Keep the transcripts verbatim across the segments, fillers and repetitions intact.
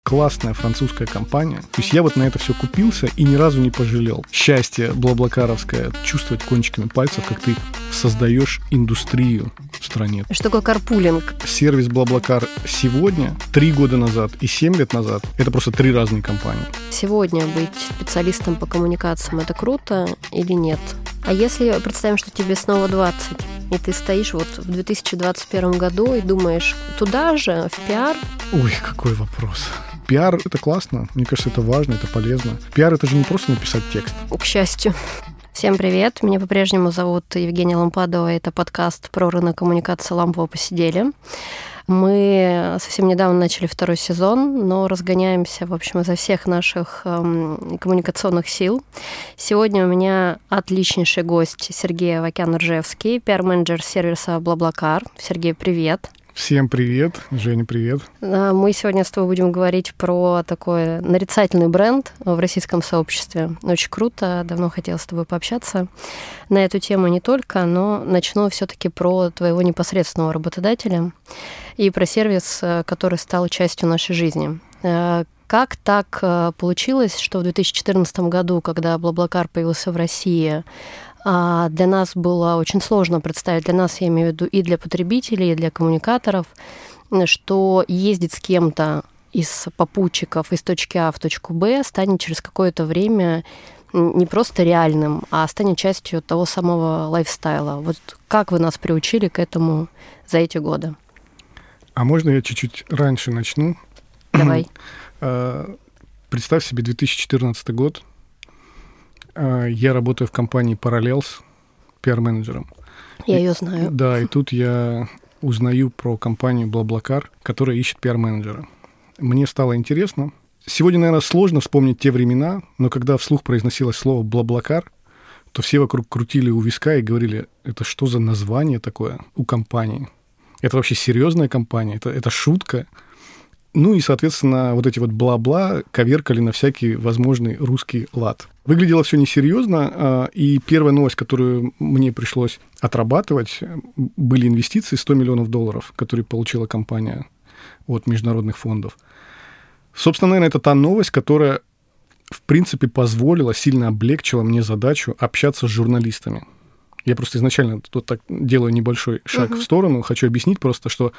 классная французская компания. То есть я вот на это все купился и ни разу не пожалел. Счастье блаблакаровское, чувствовать кончиками пальцев, как ты создаешь индустрию в стране. Что такое карпулинг? Сервис BlaBlaCar сегодня, три года назад и семь лет назад — это просто три разные компании. Сегодня быть специалистом по коммуникациям — это круто или нет? А если представим, что тебе снова двадцать, и ты стоишь вот в две тысячи двадцать первом году и думаешь, туда же, в пиар? Ой, какой вопрос. Пиар — это классно, мне кажется, это важно, это полезно. Пиар — это же не просто написать текст. К счастью. Всем привет, меня по-прежнему зовут Евгения Лампадова, это подкаст про рынок коммуникации «Лампово посидели». Мы совсем недавно начали второй сезон, но разгоняемся, в общем, изо всех наших эм, коммуникационных сил. Сегодня у меня отличнейший гость Сергей Авакян-Ржевский, пиар-менеджер сервиса BlaBlaCar. Сергей, привет. Всем привет. Женя, привет. Мы сегодня с тобой будем говорить про такой нарицательный бренд в российском сообществе. Очень круто, давно хотела с тобой пообщаться на эту тему не только, но начну все-таки про твоего непосредственного работодателя и про сервис, который стал частью нашей жизни. Как так получилось, что в две тысячи четырнадцатом году, когда BlaBlaCar появился в России, для нас было очень сложно представить, для нас, я имею в виду, и для потребителей, и для коммуникаторов, что ездить с кем-то из попутчиков из точки А в точку Б станет через какое-то время не просто реальным, а станет частью того самого лайфстайла. Вот как вы нас приучили к этому за эти годы? А можно я чуть-чуть раньше начну? Давай. Представь себе две тысячи четырнадцатый год. Я работаю в компании Parallels пиар-менеджером. Я ее знаю. Да, и тут я узнаю про компанию BlaBlaCar, которая ищет пиар-менеджера. Мне стало интересно. Сегодня, наверное, сложно вспомнить те времена, но когда вслух произносилось слово BlaBlaCar, то все вокруг крутили у виска и говорили, это что за название такое у компании? Это вообще серьезная компания? Это, это шутка? Ну и, соответственно, вот эти вот бла-бла коверкали на всякий возможный русский лад. Выглядело все несерьезно, и первая новость, которую мне пришлось отрабатывать, были инвестиции сто миллионов долларов, которые получила компания от международных фондов. Собственно, наверное, это та новость, которая, в принципе, позволила, сильно облегчила мне задачу общаться с журналистами. Я просто изначально тут так делаю небольшой шаг uh-huh. в сторону, хочу объяснить просто, что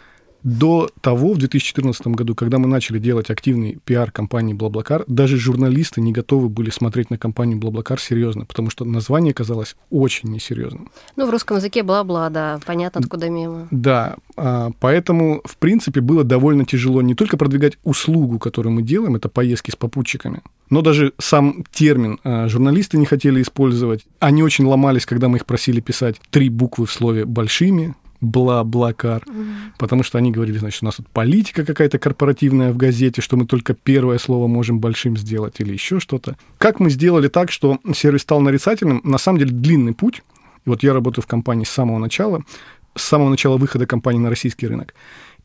до того, в две тысячи четырнадцатом году, когда мы начали делать активный пиар компании BlaBlaCar, даже журналисты не готовы были смотреть на компанию BlaBlaCar серьезно, потому что название казалось очень несерьезным. Ну, в русском языке бла-бла, да, понятно, откуда мимо. Да, поэтому, в принципе, было довольно тяжело не только продвигать услугу, которую мы делаем, это поездки с попутчиками, но даже сам термин журналисты не хотели использовать. Они очень ломались, когда мы их просили писать три буквы в слове большими, BlaBlaCar, mm-hmm. потому что они говорили, значит, у нас тут политика какая-то корпоративная в газете, что мы только первое слово можем большим сделать или еще что-то. Как мы сделали так, что сервис стал нарицательным? На самом деле длинный путь. И вот я работаю в компании с самого начала, с самого начала выхода компании на российский рынок.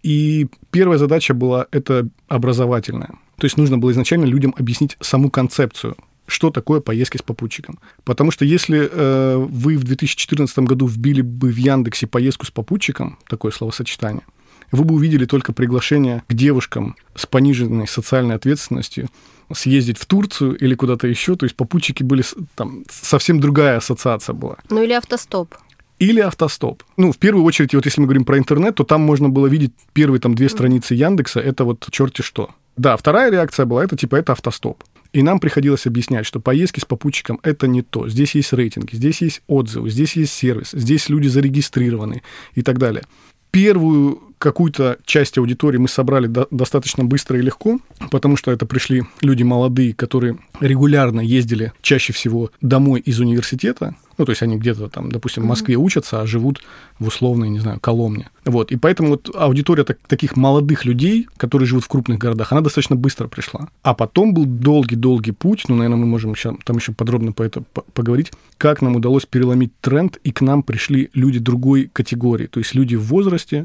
И первая задача была это образовательная. То есть нужно было изначально людям объяснить саму концепцию, что такое поездки с попутчиком. Потому что если э, вы в две тысячи четырнадцатом году вбили бы в Яндексе поездку с попутчиком, такое словосочетание, вы бы увидели только приглашение к девушкам с пониженной социальной ответственностью съездить в Турцию или куда-то еще. То есть попутчики были, там, совсем другая ассоциация была. Ну или автостоп. Или автостоп. Ну, в первую очередь, вот если мы говорим про интернет, то там можно было видеть первые там две страницы Яндекса, это вот черти что. Да, вторая реакция была, это типа, это автостоп. И нам приходилось объяснять, что поездки с попутчиком – это не то. Здесь есть рейтинги, здесь есть отзывы, здесь есть сервис, здесь люди зарегистрированы и так далее. Первую какую-то часть аудитории мы собрали до- достаточно быстро и легко, потому что это пришли люди молодые, которые регулярно ездили чаще всего домой из университета. Ну, то есть они где-то там, допустим, в Москве учатся, а живут в условной, не знаю, Коломне. Вот. И поэтому вот аудитория так, таких молодых людей, которые живут в крупных городах, она достаточно быстро пришла. А потом был долгий-долгий путь, ну, наверное, мы можем сейчас, там еще подробно по это поговорить, как нам удалось переломить тренд, и к нам пришли люди другой категории. То есть люди в возрасте,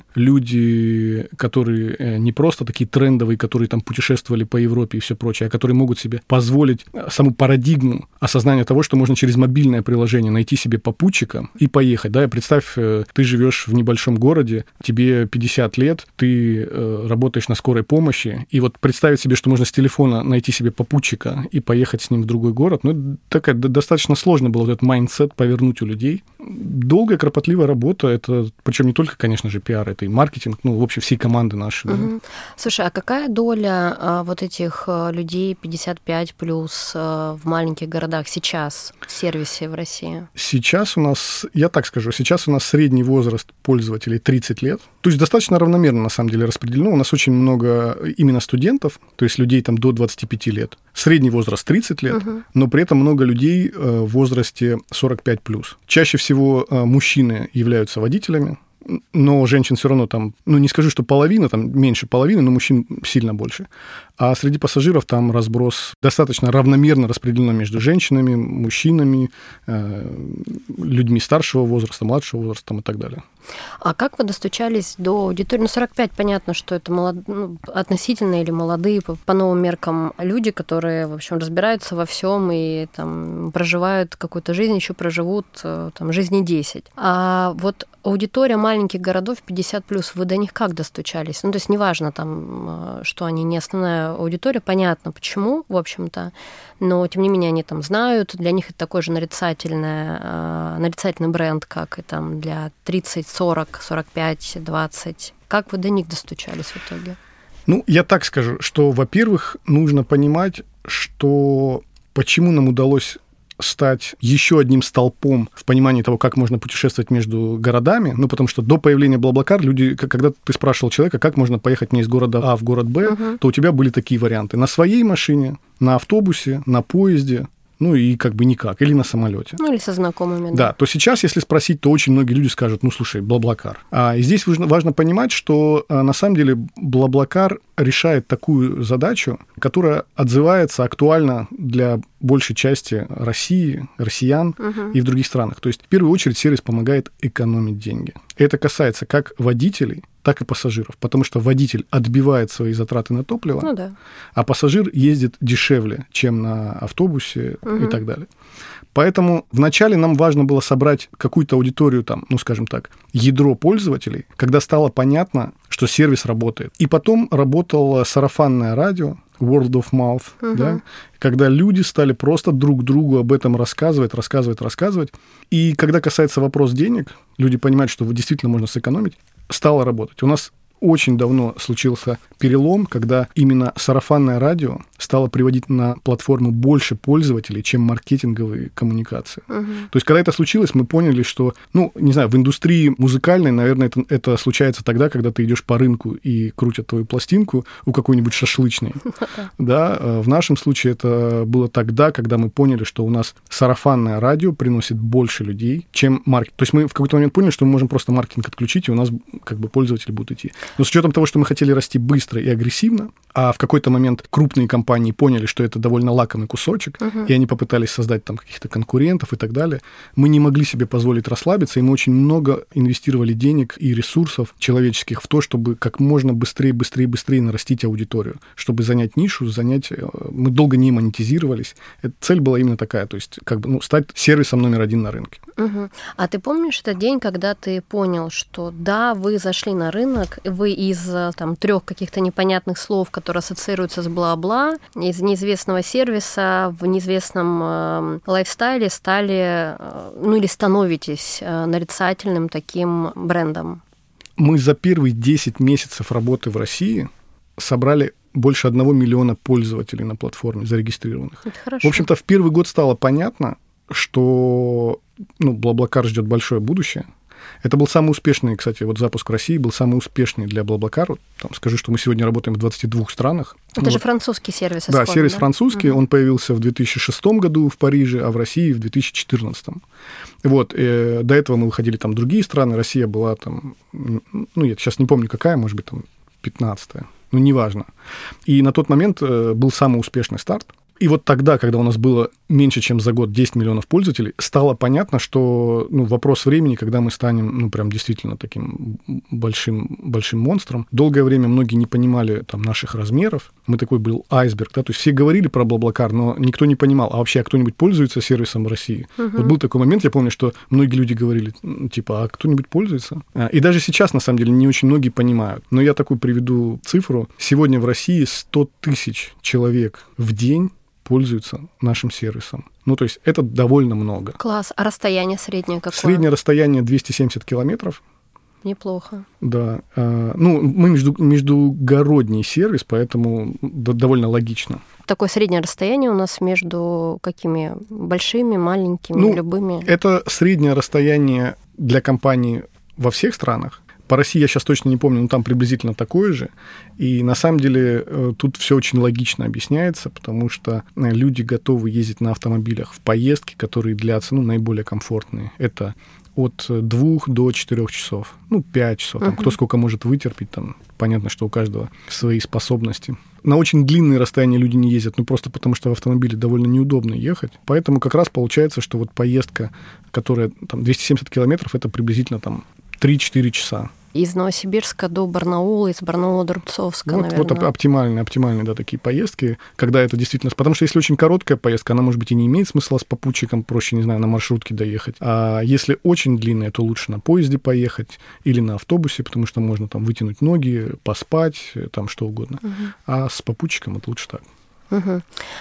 люди, которые не просто такие трендовые, которые там путешествовали по Европе и все прочее, а которые могут себе позволить саму парадигму осознания того, что можно через мобильное приложение найти найти себе попутчика и поехать. Да, и представь, ты живешь в небольшом городе, тебе пятьдесят лет, ты э, работаешь на скорой помощи, и вот представить себе, что можно с телефона найти себе попутчика и поехать с ним в другой город, ну, такая достаточно сложно было вот этот майндсет повернуть у людей. Долгая, кропотливая работа, это, причем не только, конечно же, пиар, это и маркетинг, ну, в общем, всей команды нашей. Угу. Да. Слушай, а какая доля а, вот этих а, людей пятьдесят пять плюс а, в маленьких городах сейчас в сервисе в России? Сейчас у нас, я так скажу, сейчас у нас средний возраст пользователей тридцать лет, то есть достаточно равномерно, на самом деле, распределено. У нас очень много именно студентов, то есть людей там до двадцати пяти лет. Средний возраст тридцать лет, угу. но при этом много людей в возрасте сорок пять плюс. Чаще всего мужчины являются водителями, но женщин все равно там, ну, не скажу, что половина, там меньше половины, но мужчин сильно больше. А среди пассажиров там разброс достаточно равномерно распределено между женщинами, мужчинами, э, людьми старшего возраста, младшего возраста и так далее. А как вы достучались до аудитории? Ну, сорок пять, понятно, что это молод... ну, относительно или молодые, по, по новым меркам, люди, которые, в общем, разбираются во всем и там проживают какую-то жизнь, еще проживут там жизни десять. А вот аудитория маленьких городов пятьдесят плюс, вы до них как достучались? Ну, то есть неважно там, что они не основная аудитория, понятно почему, в общем-то, но, тем не менее, они там знают, для них это такой же нарицательный, нарицательный бренд, как и там для тридцать, сорок, сорок пять, двадцать. Как вы до них достучались в итоге? Ну, я так скажу, что, во-первых, нужно понимать, что почему нам удалось стать еще одним столпом в понимании того, как можно путешествовать между городами. Ну, потому что до появления BlaBlaCar люди, когда ты спрашивал человека, как можно поехать мне из города А в город Б, uh-huh. то у тебя были такие варианты. На своей машине, на автобусе, на поезде, ну и как бы никак, или на самолете. Ну или со знакомыми. Да, да, то сейчас, если спросить, то очень многие люди скажут, ну слушай, BlaBlaCar. А, и здесь важно, важно понимать, что а, на самом деле BlaBlaCar решает такую задачу, которая отзывается актуально для большей части России, россиян uh-huh. и в других странах. То есть в первую очередь сервис помогает экономить деньги. Это касается как водителей, так и пассажиров, потому что водитель отбивает свои затраты на топливо, ну, да. а пассажир ездит дешевле, чем на автобусе угу. и так далее. Поэтому вначале нам важно было собрать какую-то аудиторию, там, ну, скажем так, ядро пользователей, когда стало понятно, что сервис работает. И потом работало сарафанное радио, word of mouth, угу. да, когда люди стали просто друг другу об этом рассказывать, рассказывать, рассказывать. И когда касается вопроса денег, люди понимают, что действительно можно сэкономить, стало работать. У нас очень давно случился перелом, когда именно сарафанное радио стало приводить на платформу больше пользователей, чем маркетинговые коммуникации. Uh-huh. То есть, когда это случилось, мы поняли, что, ну, не знаю, в индустрии музыкальной, наверное, это, это случается тогда, когда ты идешь по рынку и крутят твою пластинку у какой-нибудь шашлычной. Uh-huh. Да, в нашем случае это было тогда, когда мы поняли, что у нас сарафанное радио приносит больше людей, чем маркетинг. То есть мы в какой-то момент поняли, что мы можем просто маркетинг отключить, и у нас как бы пользователи будут идти. Но с учетом того, что мы хотели расти быстро и агрессивно, а в какой-то момент крупные компании поняли, что это довольно лакомый кусочек, uh-huh. и они попытались создать там каких-то конкурентов и так далее, мы не могли себе позволить расслабиться, и мы очень много инвестировали денег и ресурсов человеческих в то, чтобы как можно быстрее, быстрее, быстрее нарастить аудиторию, чтобы занять нишу, занять... Мы долго не монетизировались. Цель была именно такая, то есть как бы, ну, стать сервисом номер один на рынке. Uh-huh. А ты помнишь этот день, когда ты понял, что да, вы зашли на рынок, вы из там трех каких-то непонятных слов, которые ассоциируются с бла-бла, из неизвестного сервиса в неизвестном э, лайфстайле стали, э, ну или становитесь э, нарицательным таким брендом? Мы за первые десять месяцев работы в России собрали больше одного миллиона пользователей на платформе зарегистрированных. Это хорошо. В общем-то, в первый год стало понятно, что ну, BlaBlaCar ждет большое будущее. Это был самый успешный, кстати, вот запуск в России был самый успешный для BlaBlaCar. Там, скажу, что мы сегодня работаем в двадцати двух странах. Это ну, же вот. французский сервис. Да, исходно, сервис да? французский. Uh-huh. Он появился в две тысячи шестом году в Париже, а в России в две тысячи четырнадцатом. Вот. Э, до этого мы выходили там в другие страны. Россия была там, ну, я сейчас не помню какая, может быть, там пятнадцатая. Ну, неважно. И на тот момент э, был самый успешный старт. И вот тогда, когда у нас было меньше, чем за год десять миллионов пользователей, стало понятно, что ну, вопрос времени, когда мы станем ну, прям действительно таким большим, большим монстром. Долгое время многие не понимали там, наших размеров. Мы такой был айсберг. Да? То есть все говорили про BlaBlaCar, но никто не понимал, а вообще, а кто-нибудь пользуется сервисом в России? Угу. Вот был такой момент, я помню, что многие люди говорили, типа, а кто-нибудь пользуется? И даже сейчас, на самом деле, не очень многие понимают. Но я такую приведу цифру. Сегодня в России сто тысяч человек в день пользуются нашим сервисом. Ну, то есть это довольно много. Класс. А расстояние среднее какое? Среднее расстояние двести семьдесят километров. Неплохо. Да. Ну, мы между, междугородний сервис, поэтому довольно логично. Такое среднее расстояние у нас между какими? Большими, маленькими, ну, любыми? Это среднее расстояние для компании во всех странах. По России я сейчас точно не помню, но там приблизительно такое же. И на самом деле тут все очень логично объясняется, потому что люди готовы ездить на автомобилях в поездки, которые длятся ну, наиболее комфортные. Это от двух до четырех часов, ну, пять часов, там, uh-huh. кто сколько может вытерпеть, там, понятно, что у каждого свои способности. На очень длинные расстояния люди не ездят, ну, просто потому что в автомобиле довольно неудобно ехать. Поэтому как раз получается, что вот поездка, которая там двести семьдесят километров, это приблизительно там три-четыре часа. Из Новосибирска до Барнаула, из Барнаула до Рубцовска, вот, наверное. Вот оптимальные, оптимальные, да, такие поездки, когда это действительно... Потому что если очень короткая поездка, она, может быть, и не имеет смысла с попутчиком, проще, не знаю, на маршрутке доехать. А если очень длинная, то лучше на поезде поехать или на автобусе, потому что можно там вытянуть ноги, поспать, там что угодно. Угу. А с попутчиком это лучше так. Угу.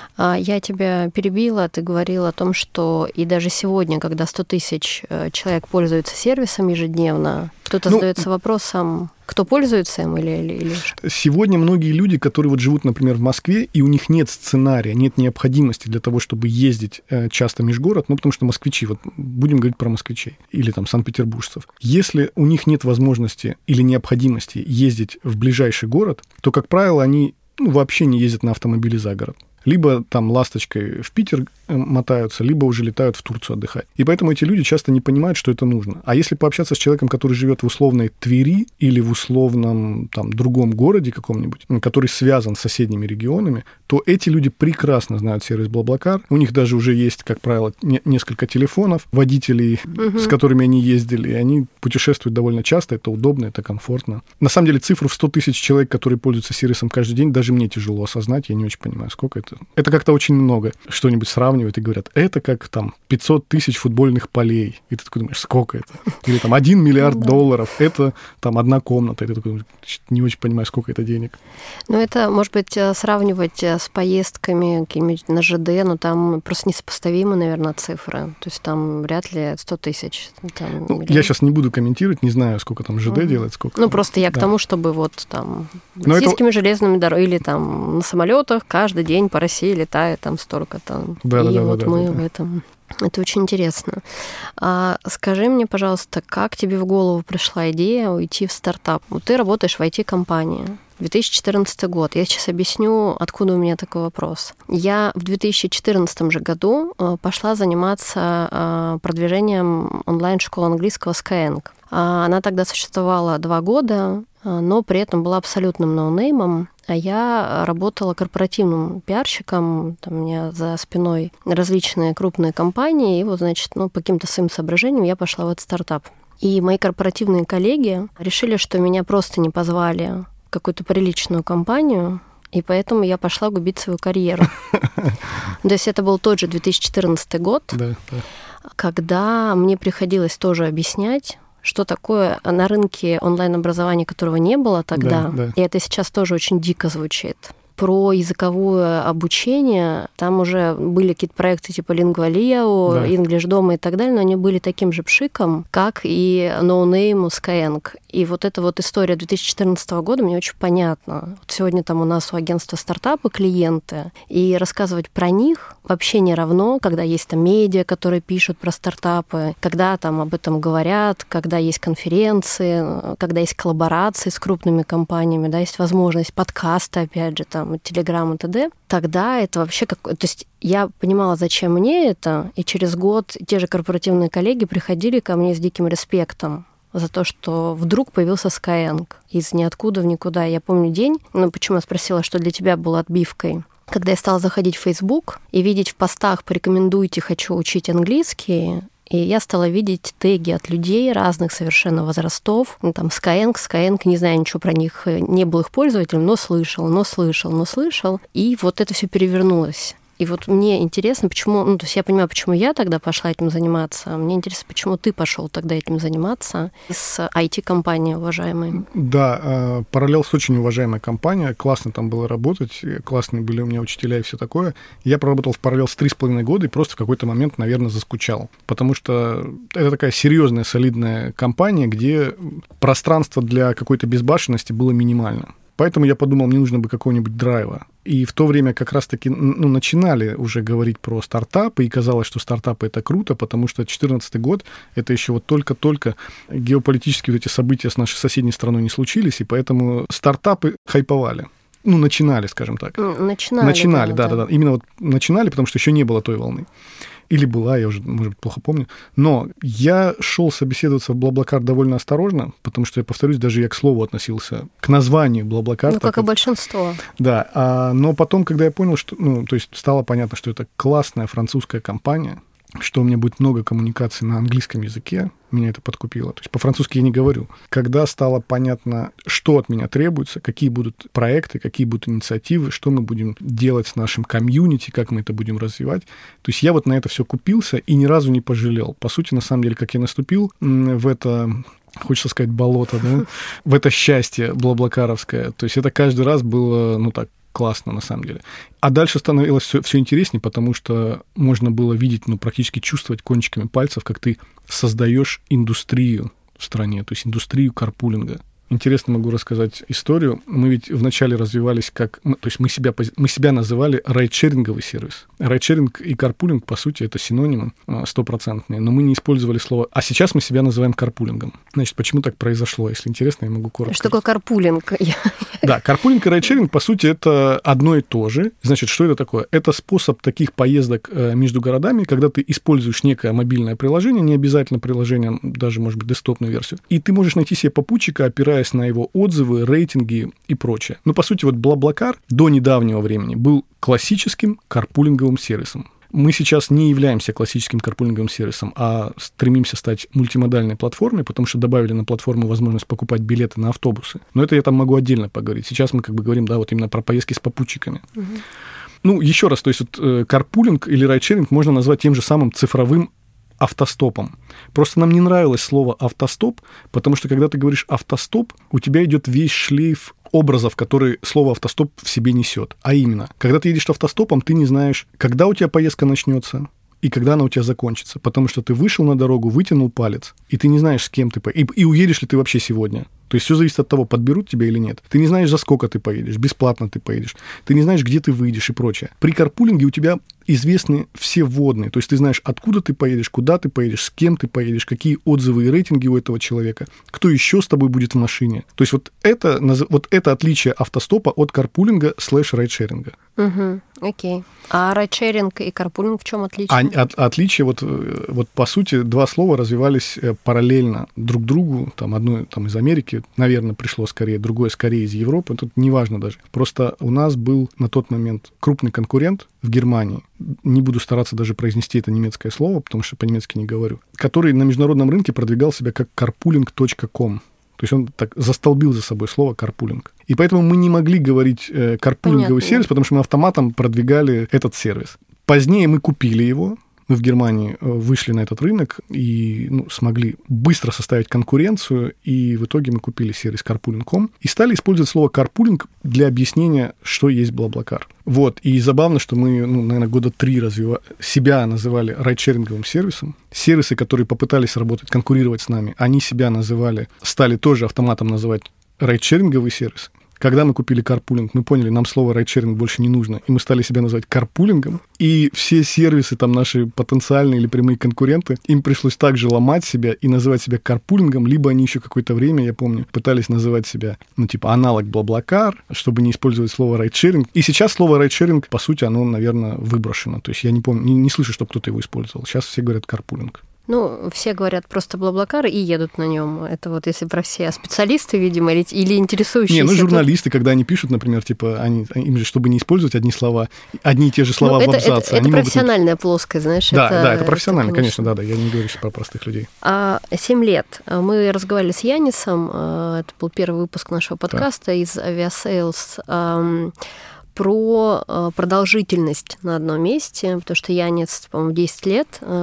Я тебя перебила, ты говорила о том, что и даже сегодня, когда сто тысяч человек пользуются сервисом ежедневно, кто-то ну, задается вопросом, кто пользуется им или, или, или что? Сегодня многие люди, которые вот живут, например, в Москве, и у них нет сценария, нет необходимости для того, чтобы ездить часто межгород, ну, потому что москвичи, вот будем говорить про москвичей, или там санкт-петербуржцев. Если у них нет возможности или необходимости ездить в ближайший город, то, как правило, они ну, вообще не ездят на автомобиле за город. Либо там ласточкой в Питер мотаются, либо уже летают в Турцию отдыхать. И поэтому эти люди часто не понимают, что это нужно. А если пообщаться с человеком, который живет в условной Твери или в условном там, другом городе каком-нибудь, который связан с соседними регионами, то эти люди прекрасно знают сервис BlaBlaCar. У них даже уже есть, как правило, не- несколько телефонов водителей, угу. с которыми они ездили, и они путешествуют довольно часто, это удобно, это комфортно. На самом деле цифру в сто тысяч человек, которые пользуются сервисом каждый день, даже мне тяжело осознать, я не очень понимаю, сколько это. Это как-то очень много. Что-нибудь сравнивают и говорят, это как там пятьсот тысяч футбольных полей. И ты такой думаешь, сколько это? Или там один миллиард долларов, это там одна комната. И ты такой не очень понимаешь, сколько это денег. Ну, это, может быть, сравнивать с поездками какими-нибудь на ЖД, но там просто несопоставимы, наверное, цифры. То есть там вряд ли сто тысяч. Там, ну, я сейчас не буду комментировать, не знаю, сколько там ЖД угу. делает, сколько. Ну, просто я да. к тому, чтобы вот там российскими это... железными дорогами или там на самолетах каждый день по России летает там столько-то. Да, и да, да, вот да, мы да, в да. этом. Это очень интересно. А скажи мне, пожалуйста, как тебе в голову пришла идея уйти в стартап? Вот ты работаешь в ай ти-компании. две тысячи четырнадцатый год. Я сейчас объясню, откуда у меня такой вопрос. Я в две тысячи четырнадцатом же году пошла заниматься продвижением онлайн-школы английского Skyeng. Она тогда существовала два года, но при этом была абсолютным ноунеймом. А я работала корпоративным пиарщиком, там у меня за спиной различные крупные компании, и вот, значит, ну, по каким-то своим соображениям я пошла в этот стартап. И мои корпоративные коллеги решили, что меня просто не позвали в какую-то приличную компанию, и поэтому я пошла губить свою карьеру. То есть это был тот же две тысячи четырнадцатый год, когда мне приходилось тоже объяснять, что такое на рынке онлайн-образования, которого не было тогда, да, да. и это сейчас тоже очень дико звучит. Про языковое обучение, там уже были какие-то проекты типа Lingua.leo, да. English дома и так далее, но они были таким же пшиком, как и ноунейм Skyeng. И вот эта вот история две тысячи четырнадцатого года мне очень понятна. Вот сегодня там у нас у агентства стартапы клиенты, и рассказывать про них вообще не равно, когда есть там медиа, которые пишут про стартапы, когда там об этом говорят, когда есть конференции, когда есть коллаборации с крупными компаниями, да, есть возможность подкаста, опять же, там, Телеграм и т.д., тогда это вообще как... То есть я понимала, зачем мне это, и через год те же корпоративные коллеги приходили ко мне с диким респектом. за то, что вдруг появился Skyeng из ниоткуда в никуда. Я помню день, ну почему я спросила, что для тебя было отбивкой. Когда я стала заходить в Facebook и видеть в постах «порекомендуйте, хочу учить английский», и я стала видеть теги от людей разных совершенно возрастов. Ну, там Skyeng, Skyeng, не знаю ничего про них, не был их пользователем, но слышал, но слышал, но слышал. И вот это все перевернулось. И вот мне интересно, почему, ну, то есть я понимаю, почему я тогда пошла этим заниматься. Мне интересно, почему ты пошел тогда этим заниматься с ай ти-компанией уважаемой. Да, Parallels очень уважаемая компания, классно там было работать, классные были у меня учителя и все такое. Я проработал в Parallels три с половиной года и просто в какой-то момент, наверное, заскучал, потому что это такая серьезная, солидная компания, где пространство для какой-то безбашенности было минимально. Поэтому я подумал, мне нужно бы какого-нибудь драйва. И в то время как раз-таки ну, начинали уже говорить про стартапы, и казалось, что стартапы — это круто, потому что две тысячи четырнадцатый год — это еще вот только-только геополитические вот эти события с нашей соседней страной не случились, и поэтому стартапы хайповали. Ну, начинали, скажем так. Начинали. Начинали, да-да-да. Именно вот начинали, потому что еще не было той волны. Или была, я уже, может быть, плохо помню. Но я шел собеседоваться в BlaBlaCar довольно осторожно, потому что, я повторюсь, даже я к слову относился, к названию BlaBlaCar. Ну, как и большинство. Да, а, но потом, когда я понял, что, ну, то есть стало понятно, что это классная французская компания, что у меня будет много коммуникаций на английском языке, меня это подкупило. То есть по-французски я не говорю. Когда стало понятно, что от меня требуется, какие будут проекты, какие будут инициативы, что мы будем делать с нашим комьюнити, как мы это будем развивать. То есть я вот на это все купился и ни разу не пожалел. По сути, на самом деле, как я наступил в это... Хочется сказать, болото, да? В это счастье блаблакаровское. То есть это каждый раз было, ну так, классно, на самом деле. А дальше становилось все, все интереснее, потому что можно было видеть, ну, практически чувствовать кончиками пальцев, как ты создаешь индустрию в стране, то есть индустрию карпулинга. Интересно могу рассказать историю. Мы ведь вначале развивались как... То есть мы себя, мы себя называли райдшеринговый сервис. Райдшеринг и карпулинг, по сути, это синонимы стопроцентные, но мы не использовали слово... А сейчас мы себя называем карпулингом. Значит, почему так произошло? Если интересно, я могу коротко... Что такое карпулинг? Да, карпулинг и райдшеринг, по сути, это одно и то же. Значит, что это такое? Это способ таких поездок между городами, когда ты используешь некое мобильное приложение, не обязательно приложение, даже, может быть, десктопную версию, и ты можешь найти себе попутчика, опираясь на его отзывы, рейтинги и прочее. Ну, по сути, вот BlaBlaCar до недавнего времени был классическим карпулинговым сервисом. Мы сейчас не являемся классическим карпулинговым сервисом, а стремимся стать мультимодальной платформой, потому что добавили на платформу возможность покупать билеты на автобусы. Но это я там могу отдельно поговорить. Сейчас мы как бы говорим, да, вот именно про поездки с попутчиками. Угу. Ну, еще раз, то есть вот карпулинг или райдшеринг можно назвать тем же самым цифровым автостопом. Просто нам не нравилось слово автостоп, потому что когда ты говоришь автостоп, у тебя идет весь шлейф образов, которые слово автостоп в себе несет. А именно, когда ты едешь автостопом, ты не знаешь, когда у тебя поездка начнется и когда она у тебя закончится, потому что ты вышел на дорогу, вытянул палец, и ты не знаешь, с кем ты поедешь, и, и уедешь ли ты вообще сегодня. То есть все зависит от того, подберут тебя или нет. Ты не знаешь, за сколько ты поедешь, бесплатно ты поедешь. Ты не знаешь, где ты выйдешь и прочее. При карпулинге у тебя известны все вводные. То есть ты знаешь, откуда ты поедешь, куда ты поедешь, с кем ты поедешь, какие отзывы и рейтинги у этого человека, кто еще с тобой будет в машине. То есть вот это, вот это отличие автостопа от карпулинга слэш райдшеринга. Угу, окей. А райдшеринг и карпулинг в чем отличие? А, от, отличие, вот, вот по сути, два слова развивались параллельно друг другу. Там одно там, из Америки, наверное, пришло скорее, другое скорее из Европы. Тут неважно даже. Просто у нас был на тот момент крупный конкурент в Германии, не буду стараться даже произнести это немецкое слово, потому что по-немецки не говорю, который на международном рынке продвигал себя как carpooling точка ком. То есть он так застолбил за собой слово карпулинг. И поэтому мы не могли говорить э, карпулинговый Понятно. сервис, потому что мы автоматом продвигали этот сервис. Позднее мы купили его. Мы в Германии вышли на этот рынок и ну, смогли быстро составить конкуренцию, и в итоге мы купили сервис карпулинг точка ком и стали использовать слово карпулинг для объяснения, что есть BlaBlaCar. Вот, и забавно, что мы, ну, наверное, года три развива... себя называли райдшеринговым сервисом. Сервисы, которые попытались работать, конкурировать с нами, они себя называли, стали тоже автоматом называть райдшеринговый сервис. Когда мы купили карпулинг, мы поняли, нам слово райдшеринг больше не нужно, и мы стали себя называть карпулингом, и все сервисы, там, наши потенциальные или прямые конкуренты, им пришлось также ломать себя и называть себя карпулингом, либо они еще какое-то время, я помню, пытались называть себя, ну, типа, аналог BlaBlaCar, чтобы не использовать слово райдшеринг. И сейчас слово райдшеринг, по сути, оно, наверное, выброшено. То есть я не помню, не, не слышу, чтобы кто-то его использовал. Сейчас все говорят карпулинг. Ну, все говорят просто BlaBlaCar и едут на нем. Это вот если про все. А специалисты, видимо, или, или интересующиеся... Не, ну журналисты, тут... когда они пишут, например, типа, они, им же, чтобы не использовать одни слова, одни и те же слова ну, в это, абзаце. Это, это профессиональная могут... плоскость, знаешь. Да, это, да, это профессионально, это, конечно, да, да. Я не говорю про простых людей. А, семь лет. Мы разговаривали с Янисом, это был первый выпуск нашего подкаста да. из Aviasales, про продолжительность на одном месте, потому что Янис, по-моему, десять лет в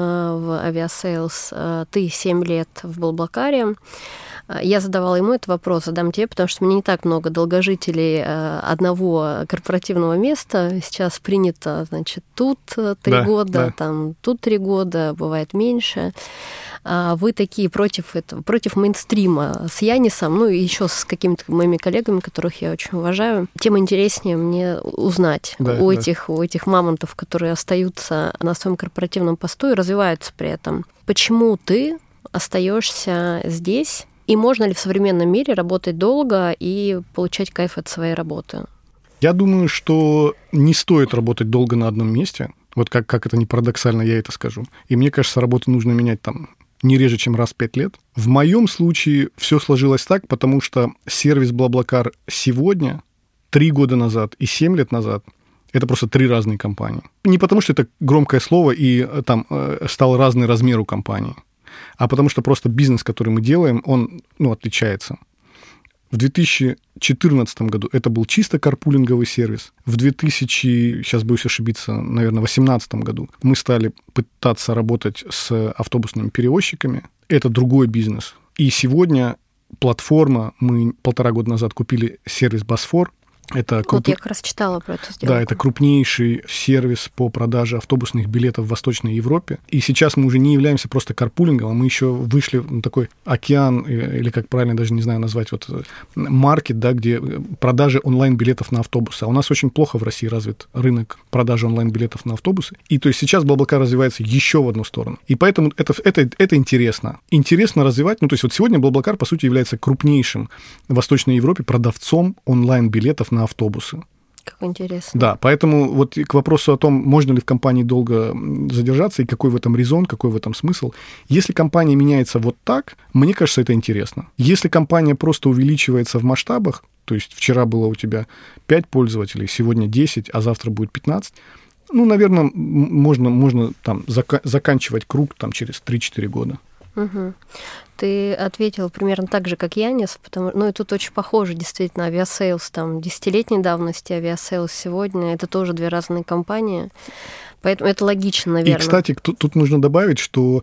Aviasales, ты семь лет в BlaBlaCar. Я задавала ему этот вопрос, задам тебе, потому что у меня не так много долгожителей одного корпоративного места. Сейчас принято, значит, тут три да, года, да. там тут три года, бывает меньше. Вы такие против этого, против мейнстрима с Янисом, ну и еще с какими-то моими коллегами, которых я очень уважаю. Тем интереснее мне узнать да, у, да. Этих, у этих мамонтов, которые остаются на своем корпоративном посту и развиваются при этом. Почему ты остаешься здесь? И можно ли в современном мире работать долго и получать кайф от своей работы? Я думаю, что не стоит работать долго на одном месте. Вот как, как это ни парадоксально, я это скажу. И мне кажется, работу нужно менять там не реже, чем раз в пять лет. В моем случае все сложилось так, потому что сервис BlaBlaCar сегодня, три года назад и семь лет назад — это просто три разные компании. Не потому, что это громкое слово и там стал разный размер у компании, а потому что просто бизнес, который мы делаем, он ну, отличается. В две тысячи четырнадцатом году это был чисто карпулинговый сервис. В две тысячи, сейчас боюсь ошибиться, наверное, восемнадцатом году мы стали пытаться работать с автобусными перевозчиками. Это другой бизнес. И сегодня платформа, мы полтора года назад купили сервис Босфор. Это круп... Вот я как раз читала про эту сделку. Да, это крупнейший сервис по продаже автобусных билетов в Восточной Европе. И сейчас мы уже не являемся просто карпулингом, а мы еще вышли на такой океан, или как правильно даже не знаю назвать, вот маркет, да, где продажи онлайн-билетов на автобусы. А у нас очень плохо в России развит рынок продажи онлайн-билетов на автобусы. И то есть сейчас BlaBlaCar развивается еще в одну сторону. И поэтому это, это, это интересно. Интересно развивать. Ну, то есть вот сегодня BlaBlaCar, по сути, является крупнейшим в Восточной Европе продавцом онлайн-билетов на автобусы. Как интересно. Да, поэтому вот к вопросу о том, можно ли в компании долго задержаться и какой в этом резон, какой в этом смысл. Если компания меняется вот так, мне кажется, это интересно. Если компания просто увеличивается в масштабах, то есть вчера было у тебя пять пользователей, сегодня десять, а завтра будет пятнадцать, ну, наверное, можно, можно там зак- заканчивать круг там, через три-четыре года. Угу. Ты ответил примерно так же, как Янис, потому ну и тут очень похоже, действительно, Aviasales там десятилетней давности, Aviasales сегодня, это тоже две разные компании, поэтому это логично, наверное. И, кстати, тут, тут нужно добавить, что,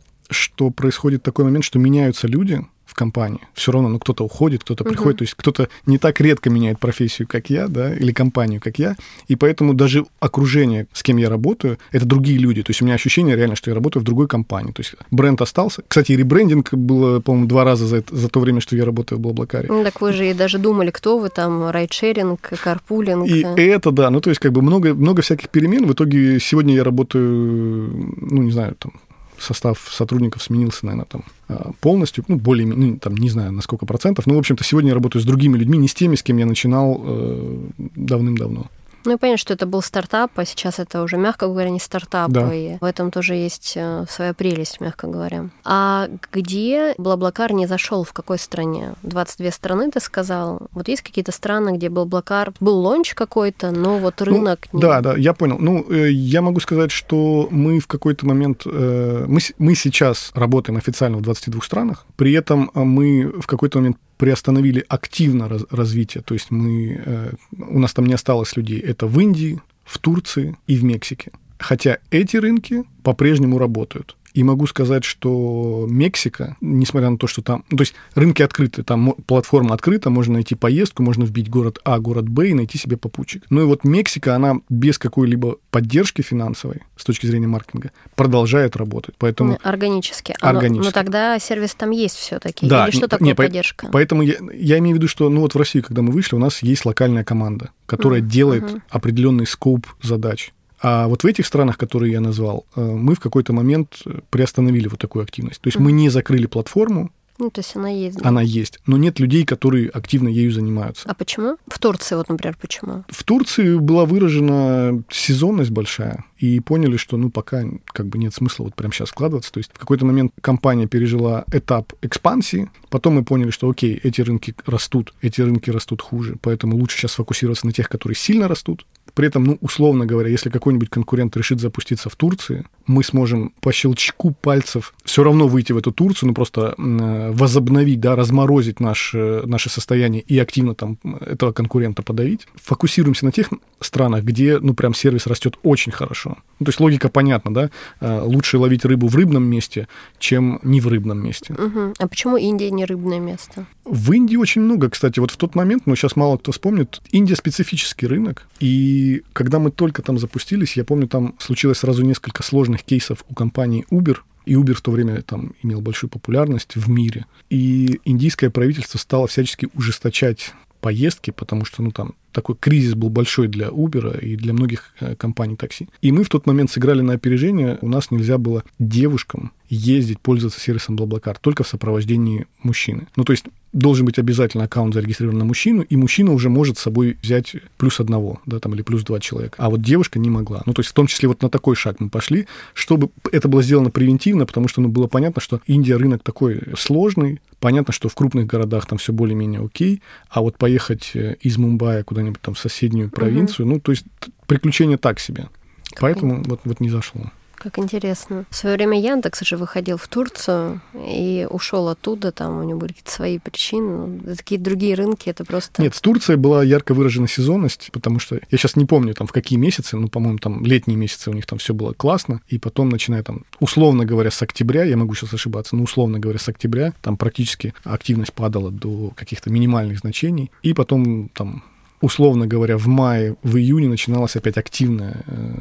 что происходит такой момент, что меняются люди в компании. Все равно, ну, кто-то уходит, кто-то uh-huh. приходит. То есть кто-то не так редко меняет профессию, как я, да, или компанию, как я. И поэтому даже окружение, с кем я работаю, это другие люди. То есть у меня ощущение реально, что я работаю в другой компании. То есть бренд остался. Кстати, ребрендинг было, по-моему, два раза за, это, за то время, что я работаю в BlaBlaCar. Ну, так вы же и даже думали, кто вы там, райдшеринг, карпулинг. И это, да. Ну, то есть как бы много, много всяких перемен. В итоге сегодня я работаю, ну, не знаю, там, состав сотрудников сменился, наверное, там полностью, ну, более, ну, там, не знаю, на сколько процентов, но, в общем-то, сегодня я работаю с другими людьми, не с теми, с кем я начинал э, давным-давно. Ну, и понятно, что это был стартап, а сейчас это уже, мягко говоря, не стартап, да. И в этом тоже есть своя прелесть, мягко говоря. А где BlaBlaCar не зашел, в какой стране? двадцать две страны, ты сказал. Вот есть какие-то страны, где BlaBlaCar был лонч какой-то, но вот рынок... Ну, не... Да, да, я понял. Ну, я могу сказать, что мы в какой-то момент... Мы, мы сейчас работаем официально в двадцати двух странах, при этом мы в какой-то момент приостановили активно раз, развитие, то есть мы, э, у нас там не осталось людей. Это в Индии, в Турции и в Мексике. Хотя эти рынки по-прежнему работают. И могу сказать, что Мексика, несмотря на то, что там... То есть рынки открыты, там платформа открыта, можно найти поездку, можно вбить город А, город Б и найти себе попутчик. Ну и вот Мексика, она без какой-либо поддержки финансовой с точки зрения маркетинга продолжает работать. Поэтому... Органически. Органически. Но тогда сервис там есть все-таки. Да. Или что такое не, поддержка? Поэтому я, я имею в виду, что ну вот в России, когда мы вышли, у нас есть локальная команда, которая mm-hmm. делает mm-hmm. определенный скоп задач. А вот в этих странах, которые я назвал, мы в какой-то момент приостановили вот такую активность. То есть mm-hmm. мы не закрыли платформу. Ну, то есть она есть. Да? Она есть, но нет людей, которые активно ею занимаются. А почему? В Турции, вот, например, почему? В Турции была выражена сезонность большая. и поняли, что, ну, пока как бы нет смысла вот прямо сейчас вкладываться. То есть в какой-то момент компания пережила этап экспансии, потом мы поняли, что, окей, эти рынки растут, эти рынки растут хуже, поэтому лучше сейчас фокусироваться на тех, которые сильно растут. При этом, ну, условно говоря, если какой-нибудь конкурент решит запуститься в Турции, мы сможем по щелчку пальцев все равно выйти в эту Турцию, ну, просто э, возобновить, да, разморозить наш, э, наше состояние и активно там этого конкурента подавить. Фокусируемся на тех странах, где, ну, прям сервис растет очень хорошо. Ну, то есть логика понятна, да? Э, лучше ловить рыбу в рыбном месте, чем не в рыбном месте. Угу. А почему Индия не рыбное место? В Индии очень много, кстати, вот в тот момент, но сейчас мало кто вспомнит, Индия специфический рынок, и когда мы только там запустились, я помню, там случилось сразу несколько сложных кейсов у компании Uber, и Uber в то время там имел большую популярность в мире, и индийское правительство стало всячески ужесточать поездки, потому что, ну, там такой кризис был большой для Uber и для многих э, компаний такси. И мы в тот момент сыграли на опережение. У нас нельзя было девушкам ездить, пользоваться сервисом BlaBlaCar только в сопровождении мужчины. Ну, то есть должен быть обязательно аккаунт зарегистрирован на мужчину, и мужчина уже может с собой взять плюс одного, да, там, или плюс два человека. А вот девушка не могла. Ну, то есть в том числе вот на такой шаг мы пошли, чтобы это было сделано превентивно, потому что, ну, было понятно, что Индия рынок такой сложный, понятно, что в крупных городах там все более-менее окей, а вот поехать из Мумбаи куда-нибудь там в соседнюю провинцию, угу. ну, то есть приключение так себе. Как Поэтому вот, вот не зашло. Как интересно. В свое время Яндекс же выходил в Турцию и ушел оттуда, там у него были какие-то свои причины. Такие другие рынки, это просто... Нет, с Турцией была ярко выражена сезонность, потому что я сейчас не помню, там, в какие месяцы, ну, по-моему, там летние месяцы у них там все было классно, и потом, начиная там, условно говоря, с октября, я могу сейчас ошибаться, но условно говоря, с октября, там практически активность падала до каких-то минимальных значений, и потом там... условно говоря, в мае, в июне начиналась опять активная...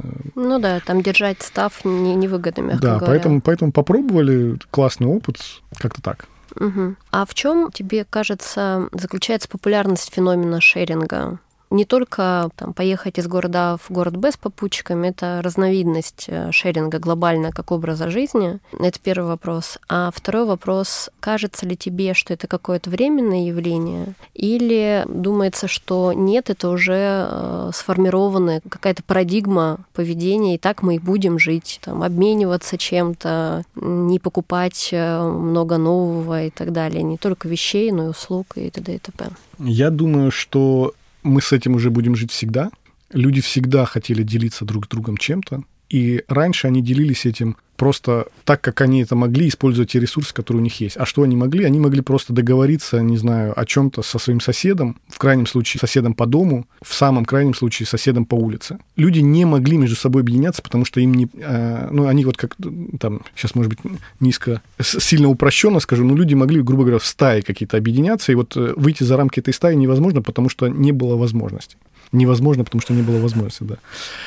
Ну да, там держать став не, невыгодно, мягко да, говоря. Да, поэтому, поэтому попробовали, классный опыт, как-то так. Угу. А в чем, тебе кажется, заключается популярность феномена шеринга? Не только там, поехать из города А в город Б с попутчиками, это разновидность шеринга глобально как образа жизни. Это первый вопрос. А второй вопрос, кажется ли тебе, что это какое-то временное явление, или думается, что нет, это уже э, сформированная какая-то парадигма поведения, и так мы и будем жить, там, обмениваться чем-то, не покупать много нового и так далее, не только вещей, но и услуг и т.д. и т.п. Я думаю, что мы с этим уже будем жить всегда. Люди всегда хотели делиться друг с другом чем-то. И раньше они делились этим просто так, как они это могли, используя те ресурсы, которые у них есть. А что они могли? Они могли просто договориться, не знаю, о чем-то со своим соседом, в крайнем случае соседом по дому, в самом крайнем случае соседом по улице. Люди не могли между собой объединяться, потому что им не... Э, ну, они вот как там, сейчас, может быть, низко, сильно упрощенно скажу, но люди могли, грубо говоря, в стаи какие-то объединяться, и вот выйти за рамки этой стаи невозможно, потому что не было возможности. Невозможно, потому что не было возможности, да.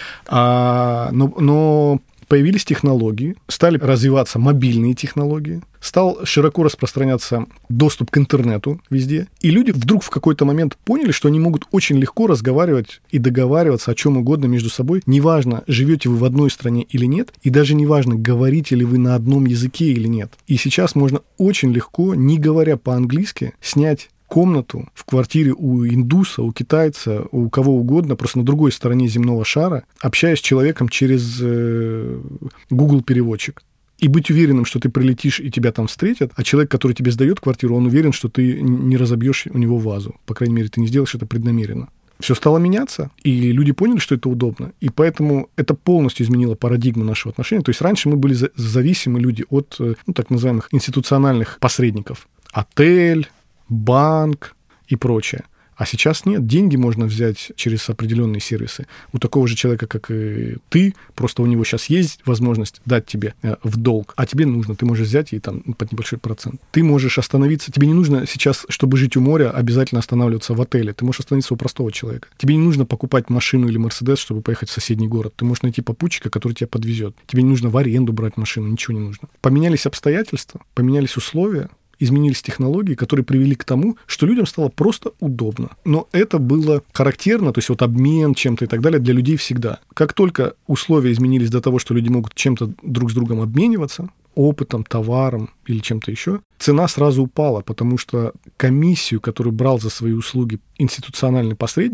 А, но, но появились технологии, стали развиваться мобильные технологии, стал широко распространяться доступ к интернету везде, и люди вдруг в какой-то момент поняли, что они могут очень легко разговаривать и договариваться о чем угодно между собой. Неважно, живете вы в одной стране или нет, и даже неважно, говорите ли вы на одном языке или нет. И сейчас можно очень легко, не говоря по-английски, снять комнату в квартире у индуса, у китайца, у кого угодно, просто на другой стороне земного шара, общаясь с человеком через э, Google-переводчик. И быть уверенным, что ты прилетишь и тебя там встретят, а человек, который тебе сдает квартиру, он уверен, что ты не разобьешь у него вазу. По крайней мере, ты не сделаешь это преднамеренно. Все стало меняться, и люди поняли, что это удобно. И поэтому это полностью изменило парадигму нашего отношения. То есть раньше мы были зависимы люди от, ну, так называемых институциональных посредников. Отель, банк и прочее. А сейчас нет. Деньги можно взять через определенные сервисы. У такого же человека, как и ты, просто у него сейчас есть возможность дать тебе в долг, а тебе нужно. Ты можешь взять и там под небольшой процент. Ты можешь остановиться. Тебе не нужно сейчас, чтобы жить у моря, обязательно останавливаться в отеле. Ты можешь остановиться у простого человека. Тебе не нужно покупать машину или Мерседес, чтобы поехать в соседний город. Ты можешь найти попутчика, который тебя подвезет. Тебе не нужно в аренду брать машину, ничего не нужно. Поменялись обстоятельства, поменялись условия, изменились технологии, которые привели к тому, что людям стало просто удобно. Но это было характерно, то есть вот обмен чем-то и так далее для людей всегда. Как только условия изменились до того, что люди могут чем-то друг с другом обмениваться, опытом, товаром или чем-то еще, цена сразу упала, потому что комиссию, которую брал за свои услуги институциональный посредник,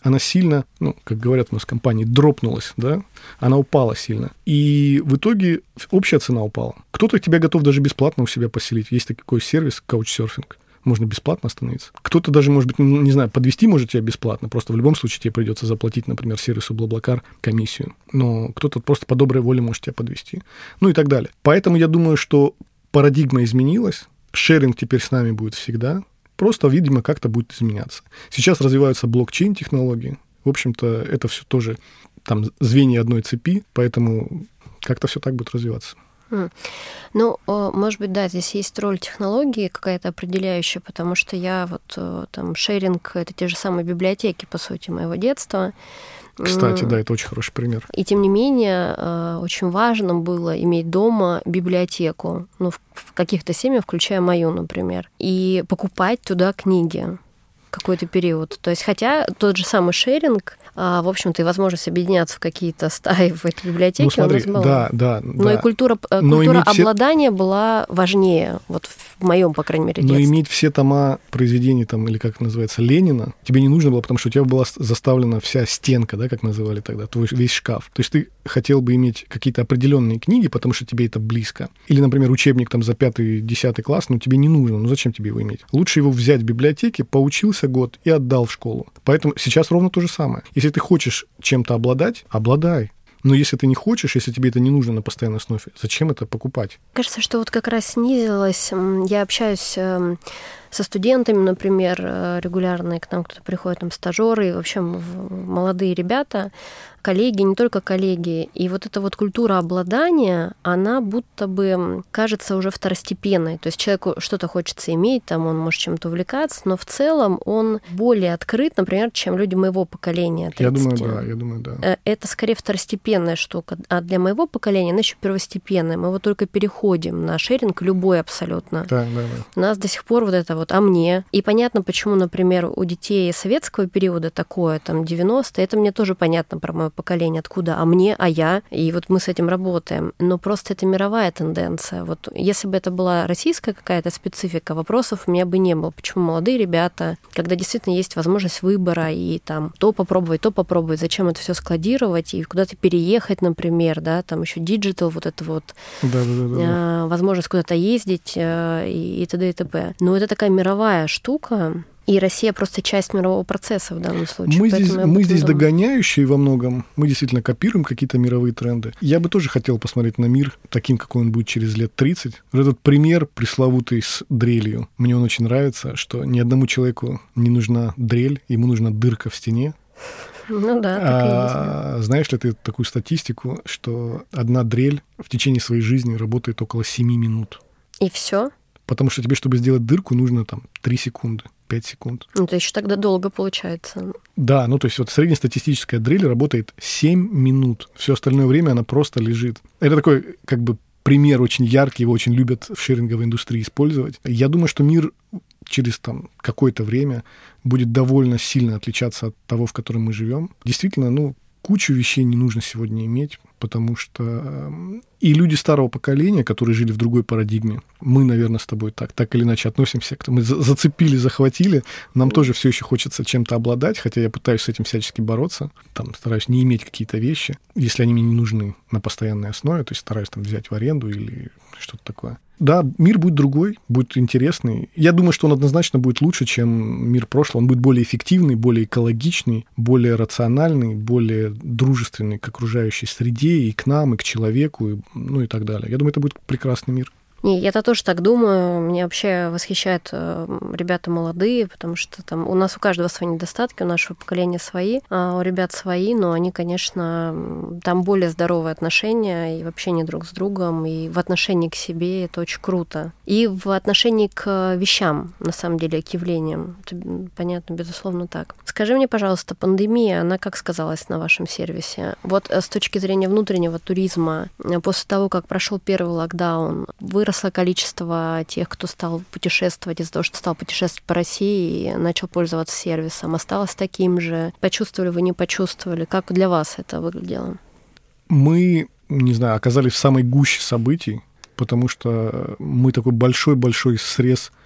она сильно, ну, как говорят у нас в компании, дропнулась, да, она упала сильно. И в итоге общая цена упала. Кто-то тебя готов даже бесплатно у себя поселить. Есть такой сервис каучсерфинг. Можно бесплатно остановиться. Кто-то даже, может быть, не знаю, подвезти может тебя бесплатно. Просто в любом случае тебе придется заплатить, например, сервису BlaBlaCar комиссию. Но кто-то просто по доброй воле может тебя подвезти. Ну и так далее. Поэтому я думаю, что парадигма изменилась. Шеринг теперь с нами будет всегда. Просто, видимо, как-то будет изменяться. Сейчас развиваются блокчейн-технологии. В общем-то, это все тоже там звенья одной цепи. Поэтому как-то все так будет развиваться. Ну, может быть, да, здесь есть роль технологии какая-то определяющая, потому что я вот там шеринг — это те же самые библиотеки, по сути, моего детства. Кстати, да, это очень хороший пример. И тем не менее, очень важно было иметь дома библиотеку, ну, в каких-то семьях, включая мою, например, и покупать туда книги какой-то период. То есть, хотя тот же самый шеринг, в общем-то, и возможность объединяться в какие-то стаи в этой библиотеке, ну, смотри, у нас была. Да, да, но да. и культура, культура обладания все... была важнее, вот в моем, по крайней мере, детстве. Но иметь все тома произведений, там, или как называется, Ленина, тебе не нужно было, потому что у тебя была заставлена вся стенка, да, как называли тогда, твой весь шкаф. То есть ты хотел бы иметь какие-то определенные книги, потому что тебе это близко. Или, например, учебник там за пятый-десятый класс, но тебе не нужно, ну зачем тебе его иметь? Лучше его взять в библиотеке, поучился год и отдал в школу. Поэтому сейчас ровно то же самое. Если ты хочешь чем-то обладать, обладай. Но если ты не хочешь, если тебе это не нужно на постоянной основе, зачем это покупать? Кажется, что вот как раз снизилось. Я общаюсь со студентами, например, регулярно, и к нам кто-то приходит, там, стажеры, и вообще молодые ребята, коллеги, не только коллеги. И вот эта вот культура обладания, она будто бы кажется уже второстепенной. То есть человеку что-то хочется иметь, там он может чем-то увлекаться, но в целом он более открыт, например, чем люди моего поколения. тридцати. Я думаю, да, я думаю, да. Это скорее второстепенная штука. А для моего поколения она еще первостепенная. Мы вот только переходим на шеринг, любой абсолютно. Да, да, да. У нас до сих пор вот это вот «а мне». И понятно, почему, например, у детей советского периода такое, там, девяностые, это мне тоже понятно про мое поколение, откуда «а мне», «а я». И вот мы с этим работаем. Но просто это мировая тенденция. Вот если бы это была российская какая-то специфика, вопросов у меня бы не было. Почему молодые ребята, когда действительно есть возможность выбора и там то попробовать, то попробовать, зачем это все складировать и куда-то переехать, например, да, там еще диджитал, вот это вот, да, да, да, да. возможность куда-то ездить и, и т.д. и т.п. Но это такая мировая штука, и Россия просто часть мирового процесса в данном случае. Мы здесь, мы здесь думаю. догоняющие во многом. Мы действительно копируем какие-то мировые тренды. Я бы тоже хотел посмотреть на мир таким, какой он будет через лет тридцать. Вот этот пример пресловутый с дрелью. Мне он очень нравится, что ни одному человеку не нужна дрель, ему нужна дырка в стене. Ну да, так а, и есть. Да. Знаешь ли ты такую статистику, что одна дрель в течение своей жизни работает около семи минут? И все? Потому что тебе, чтобы сделать дырку, нужно там три секунды, пять секунд. Ну, это еще тогда долго получается. Да, ну то есть вот среднестатистическая дрель работает семь минут. Все остальное время она просто лежит. Это такой как бы пример очень яркий, его очень любят в шеринговой индустрии использовать. Я думаю, что мир через там какое-то время будет довольно сильно отличаться от того, в котором мы живем. Действительно, ну, кучу вещей не нужно сегодня иметь, потому что и люди старого поколения, которые жили в другой парадигме, мы, наверное, с тобой так, так или иначе относимся к тому, мы зацепили, захватили, нам mm. тоже все еще хочется чем-то обладать, хотя я пытаюсь с этим всячески бороться, там, стараюсь не иметь какие-то вещи, если они мне не нужны на постоянной основе, то есть стараюсь там взять в аренду или что-то такое. Да, мир будет другой, будет интересный. Я думаю, что он однозначно будет лучше, чем мир прошлого. Он будет более эффективный, более экологичный, более рациональный, более дружественный к окружающей среде, и к нам, и к человеку, и, ну и так далее. Я думаю, это будет прекрасный мир. Не, я-то тоже так думаю. Меня вообще восхищают ребята молодые, потому что там у нас у каждого свои недостатки, у нашего поколения свои, а у ребят свои, но они, конечно, там более здоровые отношения и в общении друг с другом, и в отношении к себе это очень круто. И в отношении к вещам, на самом деле, к явлениям. Это понятно, безусловно, так. Скажи мне, пожалуйста, пандемия, она как сказалась на вашем сервисе? Вот с точки зрения внутреннего туризма, после того, как прошел первый локдаун, выросло количество тех, кто стал путешествовать из-за того, что стал путешествовать по России и начал пользоваться сервисом, осталось таким же? Почувствовали вы, не почувствовали? Как для вас это выглядело? Мы, не знаю, оказались в самой гуще событий, потому что мы такой большой-большой срез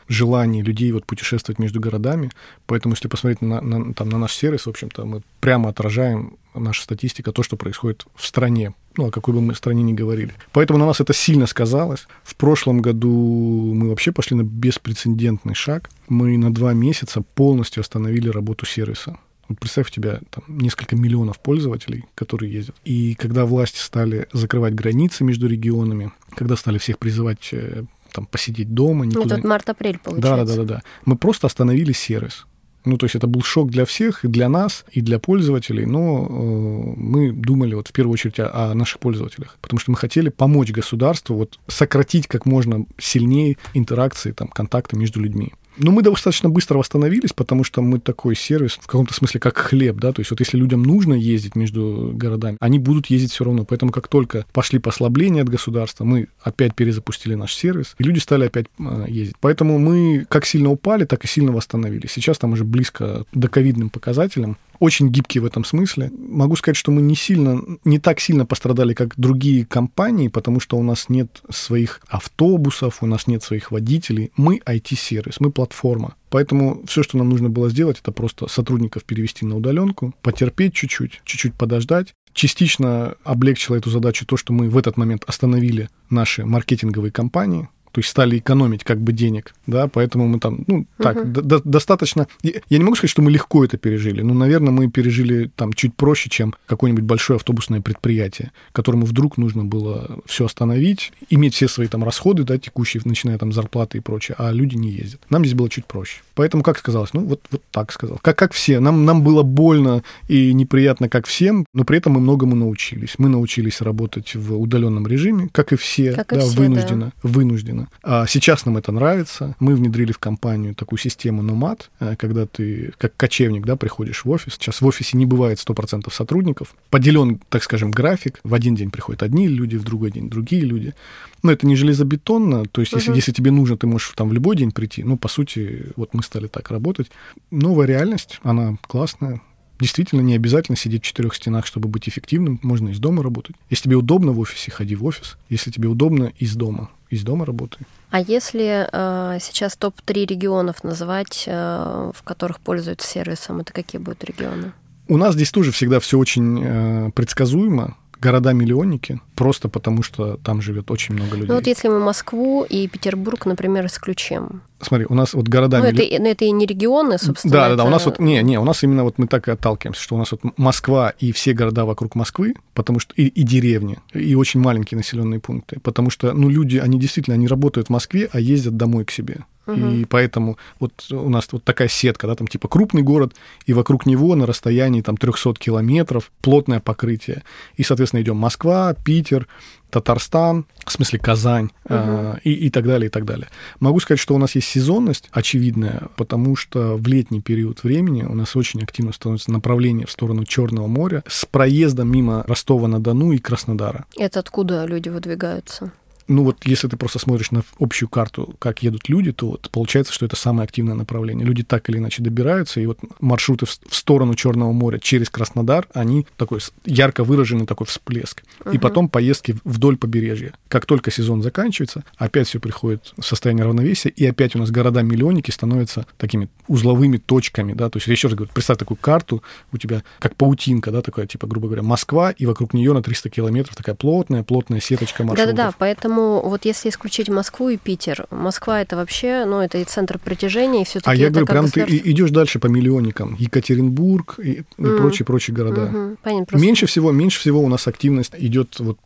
желание людей вот путешествовать между городами. Поэтому, если посмотреть на, на, там, на наш сервис, в общем-то, мы прямо отражаем, наша статистика, то, что происходит в стране, ну, о какой бы мы стране ни говорили. Поэтому на нас это сильно сказалось. В прошлом году мы вообще пошли на беспрецедентный шаг. Мы на два месяца полностью остановили работу сервиса. Вот представь, у тебя там несколько миллионов пользователей, которые ездят. И когда власти стали закрывать границы между регионами, когда стали всех призывать там, посидеть дома... Никуда... Ну, тут март-апрель, получается. Да-да-да. Мы просто остановили сервис. Ну, то есть это был шок для всех, и для нас, и для пользователей, но э, мы думали вот в первую очередь о, о наших пользователях, потому что мы хотели помочь государству вот сократить как можно сильнее интеракции, там, контакты между людьми. Но мы достаточно быстро восстановились, потому что мы такой сервис, в каком-то смысле, как хлеб, да, то есть вот если людям нужно ездить между городами, они будут ездить все равно. Поэтому как только пошли послабления от государства, мы опять перезапустили наш сервис, и люди стали опять э, ездить. Поэтому мы как сильно упали, так и сильно восстановились. Сейчас там уже близко до ковидным показателям. Очень гибкие в этом смысле. Могу сказать, что мы не сильно, не так сильно пострадали, как другие компании, потому что у нас нет своих автобусов, у нас нет своих водителей. Мы ай ти-сервис, мы платформа. Поэтому все, что нам нужно было сделать, это просто сотрудников перевести на удаленку, потерпеть чуть-чуть, чуть-чуть подождать. Частично облегчило эту задачу то, что мы в этот момент остановили наши маркетинговые кампании, то есть стали экономить как бы денег, да, поэтому мы там, ну, так, uh-huh. до- достаточно... Я не могу сказать, что мы легко это пережили, но, наверное, мы пережили там чуть проще, чем какое-нибудь большое автобусное предприятие, которому вдруг нужно было все остановить, иметь все свои там расходы, да, текущие, начиная там зарплаты и прочее, а люди не ездят. Нам здесь было чуть проще. Поэтому, как сказалось, ну, вот, вот так сказал. Как, как все. Нам, нам было больно и неприятно, как всем, но при этом мы многому научились. Мы научились работать в удаленном режиме, как и все, как да, и все, вынужденно, да. вынужденно. А сейчас нам это нравится. Мы внедрили в компанию такую систему Nomad, когда ты, как кочевник, да, приходишь в офис. Сейчас в офисе не бывает сто процентов сотрудников. Поделен, так скажем, график. В один день приходят одни люди, в другой день другие люди. Но это не железобетонно. То есть, uh-huh. если, если тебе нужно, ты можешь там в любой день прийти. Ну, по сути, вот мы стали так работать. Новая реальность, она классная. Действительно, не обязательно сидеть в четырех стенах, чтобы быть эффективным. Можно из дома работать. Если тебе удобно в офисе, ходи в офис. Если тебе удобно, из дома. Из дома работай. А если э, сейчас топ три регионов называть, э, в которых пользуются сервисом, это какие будут регионы? У нас здесь тоже всегда все очень э, предсказуемо. Города-миллионники, просто потому что там живет очень много людей. Ну вот если мы Москву и Петербург, например, исключим. Смотри, у нас вот города... Ну, это, но это и не регионы, собственно. Да, это... да, да, у нас вот... Не, не, у нас именно вот мы так и отталкиваемся, что у нас вот Москва и все города вокруг Москвы, потому что... И, и деревни, и очень маленькие населенные пункты, потому что, ну, люди, они действительно, они работают в Москве, а ездят домой к себе. Uh-huh. И поэтому вот у нас вот такая сетка, да, там типа крупный город, и вокруг него на расстоянии там триста километров плотное покрытие. И, соответственно, идем Москва, Питер, Татарстан, в смысле Казань, uh-huh. э, и, и так далее, и так далее. Могу сказать, что у нас есть сезонность очевидная, потому что в летний период времени у нас очень активно становится направление в сторону Черного моря с проездом мимо Ростова-на-Дону и Краснодара. Это откуда люди выдвигаются? Ну вот если ты просто смотришь на общую карту, как едут люди, то вот получается, что это самое активное направление. Люди так или иначе добираются, и вот маршруты в сторону Черного моря через Краснодар, они такой ярко выраженный такой всплеск. Uh-huh. И потом поездки вдоль побережья. Как только сезон заканчивается, опять все приходит в состояние равновесия, и опять у нас города-миллионники становятся такими узловыми точками, да, то есть я еще раз говорю, представь такую карту, у тебя как паутинка, да, такая, типа, грубо говоря, Москва, и вокруг нее на триста километров такая плотная, плотная сеточка маршрутов. Да-да-да, поэтому вот если исключить Москву и Питер, Москва это вообще, ну, это и центр притяжения, и все-таки. А я говорю, прям государство... ты идешь дальше по миллионникам, Екатеринбург и, mm. и прочие-прочие города. Mm-hmm. Понятно, просто... Меньше всего, меньше всего у нас активность идет вот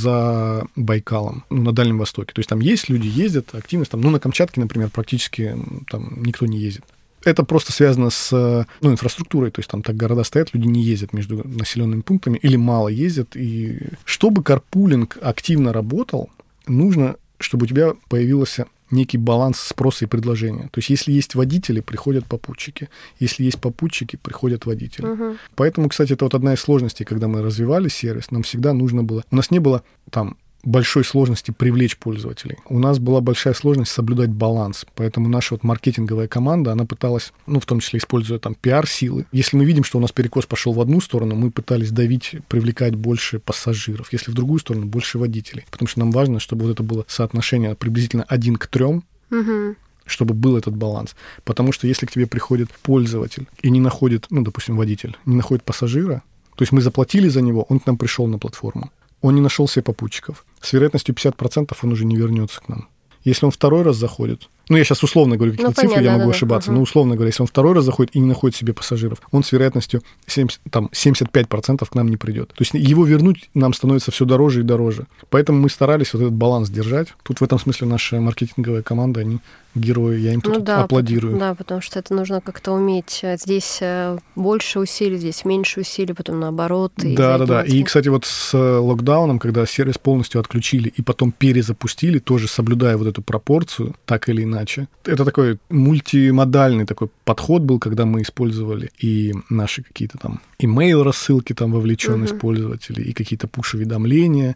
за Байкалом, ну, на Дальнем Востоке. То есть там есть люди, ездят, активность там, ну, на Камчатке, например, практически там никто не ездит. Это просто связано с, ну, инфраструктурой, то есть там так города стоят, люди не ездят между населенными пунктами или мало ездят. И чтобы карпулинг активно работал, нужно, чтобы у тебя появился некий баланс спроса и предложения. То есть если есть водители, приходят попутчики. Если есть попутчики, приходят водители. Uh-huh. Поэтому, кстати, это вот одна из сложностей, когда мы развивали сервис, нам всегда нужно было... У нас не было там большой сложности привлечь пользователей. У нас была большая сложность соблюдать баланс. Поэтому наша вот маркетинговая команда, она пыталась, ну, в том числе используя там пиар-силы. Если мы видим, что у нас перекос пошел в одну сторону, мы пытались давить, привлекать больше пассажиров. Если в другую сторону, больше водителей. Потому что нам важно, чтобы вот это было соотношение приблизительно один к трем, угу. чтобы был этот баланс. Потому что если к тебе приходит пользователь и не находит, ну, допустим, водитель, не находит пассажира, то есть мы заплатили за него, он к нам пришел на платформу, он не нашел себе попутчиков, с вероятностью пятьдесят процентов он уже не вернется к нам. Если он второй раз заходит, ну, я сейчас условно говорю какие-то ну, цифры, понятно, я могу да, ошибаться, да. но условно говоря, если он второй раз заходит и не находит себе пассажиров, он с вероятностью семьдесят, там, семьдесят пять процентов к нам не придет. То есть его вернуть нам становится все дороже и дороже. Поэтому мы старались вот этот баланс держать. Тут в этом смысле наша маркетинговая команда, они герои, я им тут ну, да, аплодирую. Да, потому что это нужно как-то уметь. Здесь больше усилий, здесь меньше усилий, потом наоборот. Да, да, да. И, кстати, вот с локдауном, когда сервис полностью отключили и потом перезапустили, тоже соблюдая вот эту пропорцию, так или иначе, это такой мультимодальный такой подход был, когда мы использовали и наши какие-то там имейл-рассылки, там вовлеченность uh-huh. пользователей, и какие-то пуш-уведомления,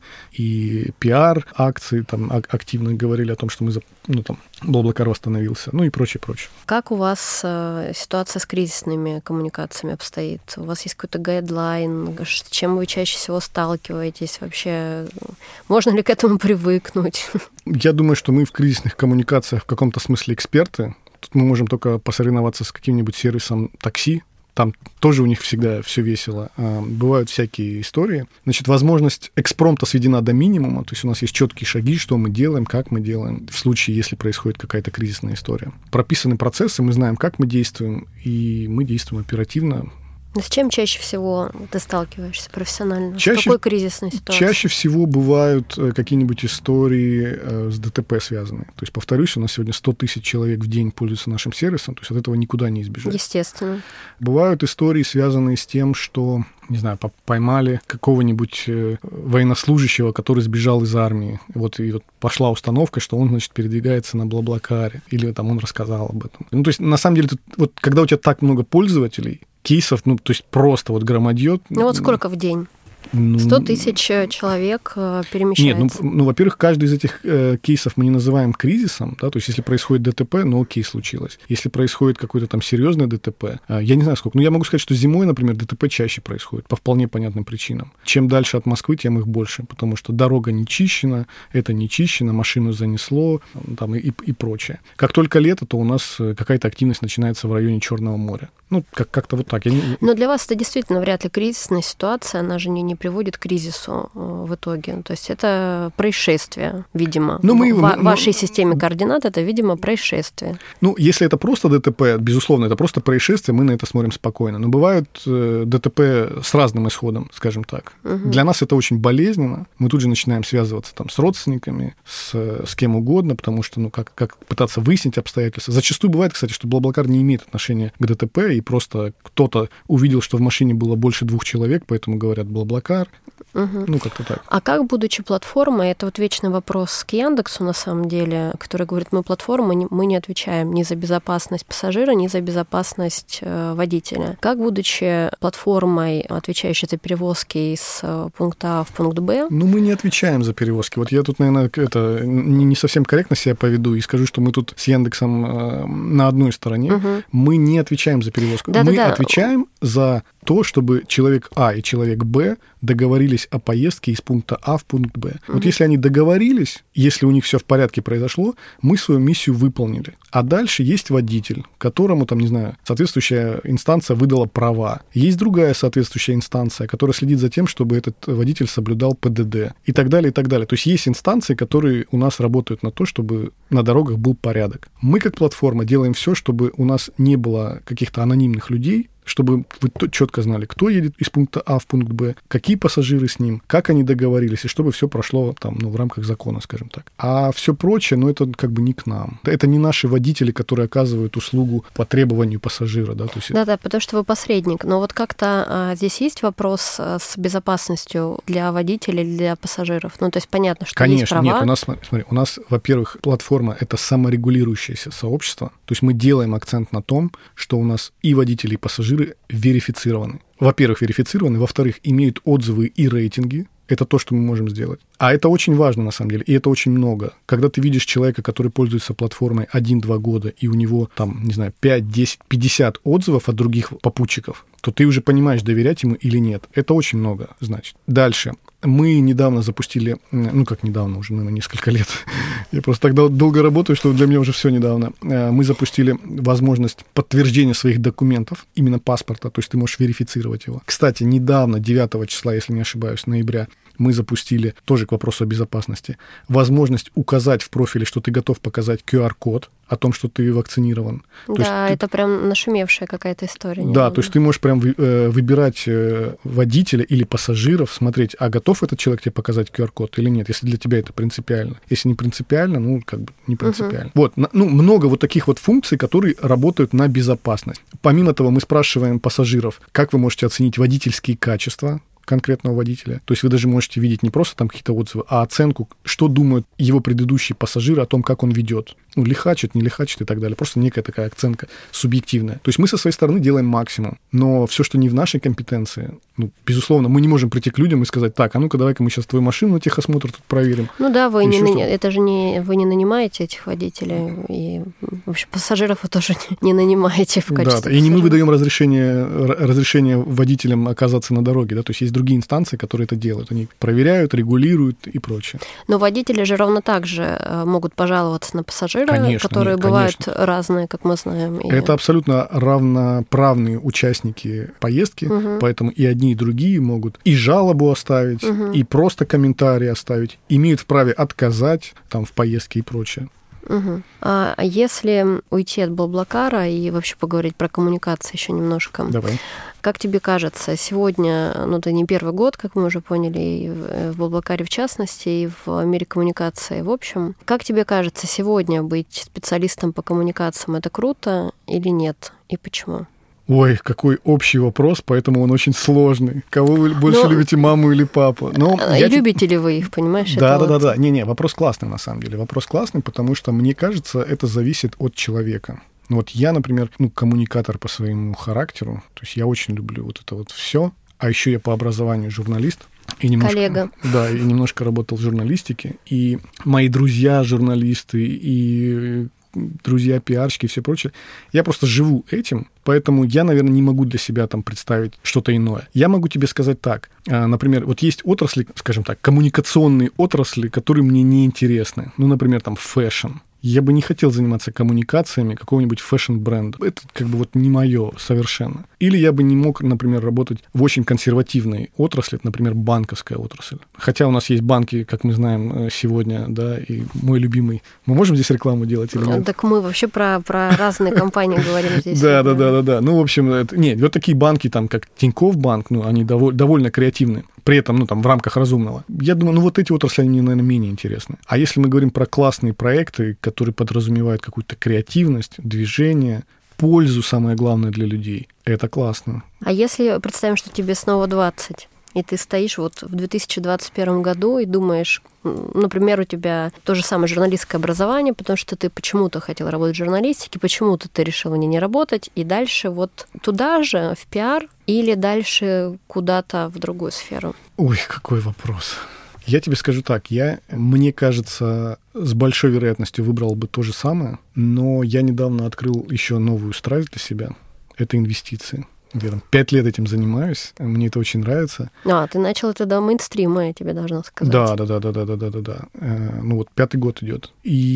и пиар-акции, там активно говорили о том, что мы, ну, там, BlaBlaCar восстановился, ну и прочее, прочее. Как у вас э, ситуация с кризисными коммуникациями обстоит? У вас есть какой-то гайдлайн? С чем вы чаще всего сталкиваетесь? Вообще, можно ли к этому привыкнуть? Я думаю, что мы в кризисных коммуникациях в каком-то смысле эксперты. Тут мы можем только посоревноваться с каким-нибудь сервисом такси. Там тоже у них всегда все весело. Бывают всякие истории. Значит, возможность экспромта сведена до минимума. То есть у нас есть четкие шаги, что мы делаем, как мы делаем в случае, если происходит какая-то кризисная история. Прописаны процессы, мы знаем, как мы действуем, и мы действуем оперативно. С чем чаще всего ты сталкиваешься профессионально? Чаще, с какой кризисной ситуацией? Чаще всего бывают какие-нибудь истории с ДТП связанные. То есть, повторюсь, у нас сегодня сто тысяч человек в день пользуются нашим сервисом, то есть от этого никуда не избежать. Естественно. Бывают истории, связанные с тем, что, не знаю, поймали какого-нибудь военнослужащего, который сбежал из армии. Вот, и вот пошла установка, что он, значит, передвигается на BlaBlaCar, или там он рассказал об этом. Ну, то есть, на самом деле, тут, вот, когда у тебя так много пользователей, кейсов, ну, то есть просто вот громадьет. Ну, вот сколько в день? сто тысяч человек перемещается. Нет, ну, ну, во-первых, каждый из этих э, кейсов мы не называем кризисом, да, то есть если происходит ДТП, ну окей, случилось. Если происходит какое-то там серьезное ДТП, э, я не знаю сколько, но я могу сказать, что зимой, например, ДТП чаще происходит по вполне понятным причинам. Чем дальше от Москвы, тем их больше, потому что дорога не чищена, это не чищено, машину занесло, там, и, и, и прочее. Как только лето, то у нас какая-то активность начинается в районе Черного моря. Ну, как- как-то вот так. Я не... Но для вас это действительно вряд ли кризисная ситуация, она же не, не приводит к кризису в итоге. То есть это происшествие, видимо. Ну, мы, в мы, вашей системе координат это, видимо, происшествие. Ну, если это просто ДТП, безусловно, это просто происшествие, мы на это смотрим спокойно. Но бывают э, ДТП с разным исходом, скажем так. Угу. Для нас это очень болезненно. Мы тут же начинаем связываться там с родственниками, с, с кем угодно, потому что, ну, как, как пытаться выяснить обстоятельства. Зачастую бывает, кстати, что BlaBlaCar не имеет отношения к ДТП, и просто кто-то увидел, что в машине было больше двух человек, поэтому говорят BlaBlaCar. Угу. Ну, как-то так. А как, будучи платформой, это вот вечный вопрос к Яндексу, на самом деле, который говорит, мы платформа, мы не отвечаем ни за безопасность пассажира, ни за безопасность э, водителя. Как, будучи платформой, отвечающей за перевозки из э, пункта А в пункт Б? Ну, мы не отвечаем за перевозки. Вот я тут, наверное, это не, не совсем корректно себя поведу и скажу, что мы тут с Яндексом э, на одной стороне. Угу. Мы не отвечаем за перевозку. Да, мы да, отвечаем да. за то, чтобы человек А и человек Б договорились о поездке из пункта А в пункт Б. Угу. Вот если они договорились, если у них все в порядке произошло, мы свою миссию выполнили. А дальше есть водитель, которому, там, не знаю, соответствующая инстанция выдала права. Есть другая соответствующая инстанция, которая следит за тем, чтобы этот водитель соблюдал ПДД. И так далее, и так далее. То есть есть инстанции, которые у нас работают на то, чтобы на дорогах был порядок. Мы, как платформа, делаем все, чтобы у нас не было каких-то анонимных людей, чтобы вы четко знали, кто едет из пункта А в пункт Б, какие пассажиры с ним, как они договорились, и чтобы все прошло там, ну, в рамках закона, скажем так. А все прочее, ну, это как бы не к нам. Это не наши водители, которые оказывают услугу по требованию пассажира. Да, то есть... Да-да, потому что вы посредник. Но вот как-то а, здесь есть вопрос а, с безопасностью для водителей, для пассажиров? Ну, то есть понятно, что Конечно, есть права. Нет, у нас, смотри, у нас, во-первых, платформа — это саморегулирующееся сообщество. То есть мы делаем акцент на том, что у нас и водители, и пассажиры верифицированы. Во-первых, верифицированы, во-вторых, имеют отзывы и рейтинги. Это то, что мы можем сделать. А это очень важно, на самом деле, и это очень много. Когда ты видишь человека, который пользуется платформой один-два года, и у него, там, не знаю, пять, десять, пятьдесят отзывов от других попутчиков, то ты уже понимаешь, доверять ему или нет. Это очень много, значит. Дальше. Мы недавно запустили, ну как недавно, уже, наверное, несколько лет. Я просто так долго работаю, что для меня уже все недавно. Мы запустили возможность подтверждения своих документов, именно паспорта, то есть ты можешь верифицировать его. Кстати, недавно, девятого числа, если не ошибаюсь, ноября, мы запустили, тоже к вопросу о безопасности, возможность указать в профиле, что ты готов показать ку ар-код о том, что ты вакцинирован. Да, то есть это ты... прям нашумевшая какая-то история. Да, недавно. То есть ты можешь прям выбирать водителя или пассажиров, смотреть, а готов этот человек тебе показать ку ар-код или нет, если для тебя это принципиально. Если не принципиально, ну, как бы не принципиально. Угу. Вот, ну, много вот таких вот функций, которые работают на безопасность. Помимо того, мы спрашиваем пассажиров, как вы можете оценить водительские качества конкретного водителя. То есть вы даже можете видеть не просто там какие-то отзывы, а оценку, что думают его предыдущие пассажиры о том, как он ведет. Ну, лихачит, не лихачит и так далее. Просто некая такая оценка субъективная. То есть мы со своей стороны делаем максимум. Но все, что не в нашей компетенции, ну, безусловно, мы не можем прийти к людям и сказать, так, а ну-ка давай-ка мы сейчас твою машину на техосмотр тут проверим. Ну да, вы не, на... это же не вы не нанимаете этих водителей, и в общем, пассажиров вы тоже не нанимаете в качестве. Да, и не мы выдаем разрешение, разрешение водителям оказаться на дороге, да, то есть есть другие инстанции, которые это делают. Они проверяют, регулируют и прочее. Но водители же ровно так же могут пожаловаться на пассажира, конечно, которые нет, бывают конечно. разные, как мы знаем. И... Это абсолютно равноправные участники поездки, угу. Поэтому и одни, и другие могут и жалобу оставить, угу. и просто комментарий оставить, имеют вправе отказать там в поездке и прочее. Угу. А если уйти от Блаблакара и вообще поговорить про коммуникации еще немножко. Давай. Как тебе кажется, сегодня, ну, это не первый год, как мы уже поняли, и в Блаблакаре в частности, и в мире коммуникации в общем. Как тебе кажется, сегодня быть специалистом по коммуникациям – это круто или нет? И почему? Ой, какой общий вопрос, поэтому он очень сложный. Кого вы больше Но... любите, маму или папу? Но и я... любите ли вы их, понимаешь? Да, да, вот... да, да. Не-не, вопрос классный на самом деле. Вопрос классный, потому что, мне кажется, это зависит от человека. Вот я, например, ну, коммуникатор по своему характеру, то есть я очень люблю вот это вот все, а еще я по образованию журналист. И немножко, коллега. Да, и немножко работал в журналистике, и мои друзья журналисты, и друзья пиарщики и все прочее. Я просто живу этим, поэтому я, наверное, не могу для себя там представить что-то иное. Я могу тебе сказать так. Например, вот есть отрасли, скажем так, коммуникационные отрасли, которые мне не интересны. Ну, например, там фэшн. Я бы не хотел заниматься коммуникациями какого-нибудь фэшн-бренда. Это как бы вот не мое совершенно. Или я бы не мог, например, работать в очень консервативной отрасли, например, банковская отрасль. Хотя у нас есть банки, как мы знаем сегодня, да, и мой любимый. Мы можем здесь рекламу делать или нет? Так мы вообще про, про разные компании говорим здесь. Да, да, да, да, да. Ну, в общем, это, нет, вот такие банки, там, как Тинькофф банк, ну, они довольно, довольно креативны. При этом, ну, там, в рамках разумного. Я думаю, ну, вот эти отрасли, они мне, наверное, менее интересны. А если мы говорим про классные проекты, которые подразумевают какую-то креативность, движение, пользу, самое главное, для людей, это классно. А если представим, что тебе снова двадцать, и ты стоишь вот в две тысячи двадцать первом году и думаешь, например, у тебя то же самое журналистское образование, потому что ты почему-то хотел работать в журналистике, почему-то ты решил в ней не работать, и дальше вот туда же, в пиар, или дальше куда-то в другую сферу? Ой, какой вопрос. Я тебе скажу так, я, мне кажется, с большой вероятностью выбрал бы то же самое, но я недавно открыл еще новую страсть для себя. Это инвестиции. Я там пять лет этим занимаюсь, мне это очень нравится. А, ты начал это до мейнстрима, я тебе должна сказать. Да, да, да, да, да, да, да, да, да. Э, ну вот пятый год идет.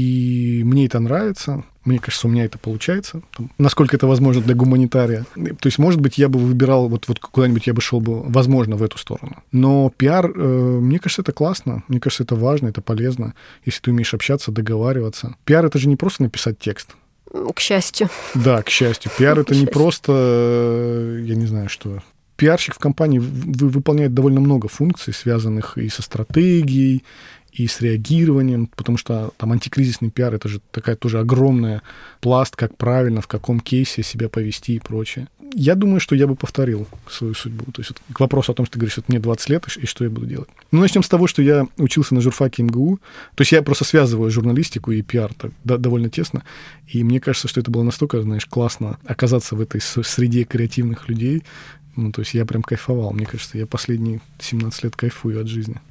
И мне это нравится. Мне кажется, у меня это получается. Там, насколько это возможно для гуманитария. То есть, может быть, я бы выбирал, вот, вот куда-нибудь я бы шел бы, возможно, в эту сторону. Но пиар, э, мне кажется, это классно. Мне кажется, это важно, это полезно, если ты умеешь общаться, договариваться. Пиар — это же не просто написать текст. К счастью. Да, к счастью. Пиар — это не просто, я не знаю, что. Пиарщик в компании выполняет довольно много функций, связанных и со стратегией, и с реагированием, потому что там антикризисный пиар — это же такая тоже огромная пласт, как правильно, в каком кейсе себя повести и прочее. Я думаю, что я бы повторил свою судьбу. То есть вот к вопросу о том, что ты говоришь, что мне двадцать лет, и что я буду делать. Ну, начнем с того, что я учился на журфаке эм гэ у. То есть я просто связываю журналистику и пиар так, да, довольно тесно. И мне кажется, что это было настолько, знаешь, классно оказаться в этой среде креативных людей. Ну, то есть я прям кайфовал. Мне кажется, я последние семнадцать лет кайфую от жизни.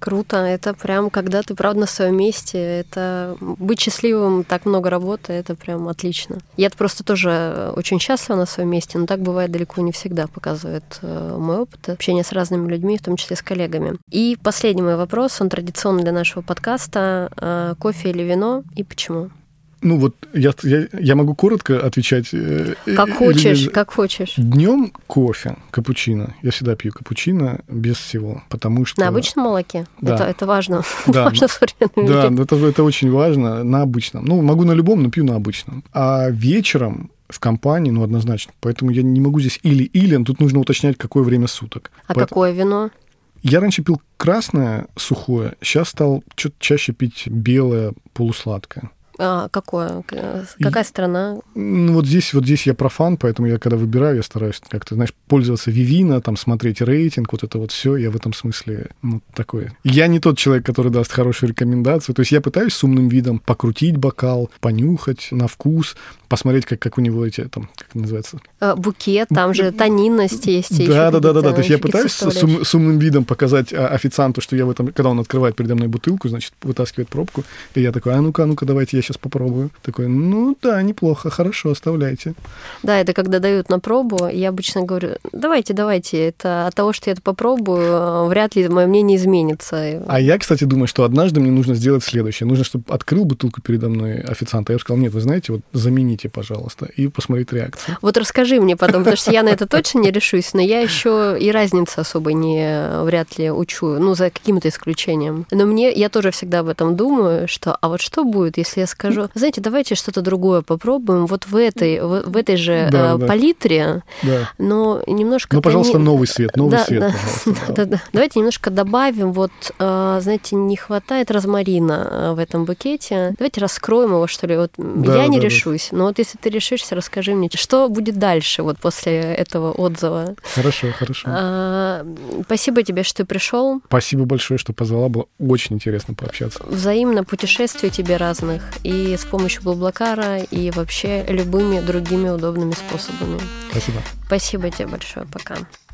Круто. Это прям, когда ты, правда, на своем месте. Это быть счастливым, так много работы, это прям отлично. Я просто тоже очень счастлива на своем месте, но так бывает далеко не всегда, показывает мой опыт общения с разными людьми, в том числе с коллегами. И последний мой вопрос, он традиционный для нашего подкаста. Кофе или вино и почему? Ну вот я, я, я могу коротко отвечать. Как э, хочешь, или... как хочешь. Днем кофе, капучино. Я всегда пью капучино без всего, потому что... На обычном молоке? Да. Это, это важно. Да, важно в современном да, мире. это, это очень важно. На обычном. Ну, могу на любом, но пью на обычном. А вечером в компании, ну, однозначно. Поэтому я не могу здесь или-или, но тут нужно уточнять, какое время суток. А Поэтому... какое вино? Я раньше пил красное, сухое. Сейчас стал чуть чаще пить белое, полусладкое. А, какое? Какая страна? Ну, вот здесь, вот здесь я профан, поэтому я, когда выбираю, я стараюсь как-то, знаешь, пользоваться Vivino, там, смотреть рейтинг, вот это вот все. Я в этом смысле, ну, такой. Я не тот человек, который даст хорошую рекомендацию. То есть я пытаюсь с умным видом покрутить бокал, понюхать на вкус, посмотреть, как, как у него эти, там, как это называется? А, букет, там же тонинность есть. Да, да, да, да, да. То есть я пытаюсь с, ум, с умным видом показать официанту, что я в этом, когда он открывает передо мной бутылку, значит, вытаскивает пробку, и я такой, а ну-ка, а ну-ка, давайте я сейчас попробую. Такой, ну да, неплохо, хорошо, оставляйте. Да, это когда дают на пробу, я обычно говорю, давайте, давайте, это от того, что я это попробую, вряд ли мое мнение изменится. А я, кстати, думаю, что однажды мне нужно сделать следующее. Нужно, чтобы открыл бутылку передо мной официант, а я сказал, нет, вы знаете, вот замените, пожалуйста, и посмотреть реакцию. Вот расскажи мне потом, потому что я на это точно не решусь, но я еще и разницы особо не вряд ли учу, ну, за каким-то исключением. Но мне, я тоже всегда об этом думаю, что, а вот что будет, если я скажу, знаете, давайте что-то другое попробуем, вот в этой, в, в этой же да, э, да. палитре, да. но немножко... Ну, пожалуйста, не... новый свет, новый да, свет, да, пожалуйста. Да, да, да. Давайте немножко добавим, вот, э, знаете, не хватает розмарина в этом букете, давайте раскроем его, что ли, вот да, я не да, решусь, да. но вот если ты решишься, расскажи мне, что будет дальше вот после этого отзыва. Хорошо, хорошо. А, спасибо тебе, что ты пришел. Спасибо большое, что позвала, было очень интересно пообщаться. Взаимно путешествий тебе разных, и с помощью Блаблакара, и вообще любыми другими удобными способами. Спасибо. Спасибо тебе большое, пока.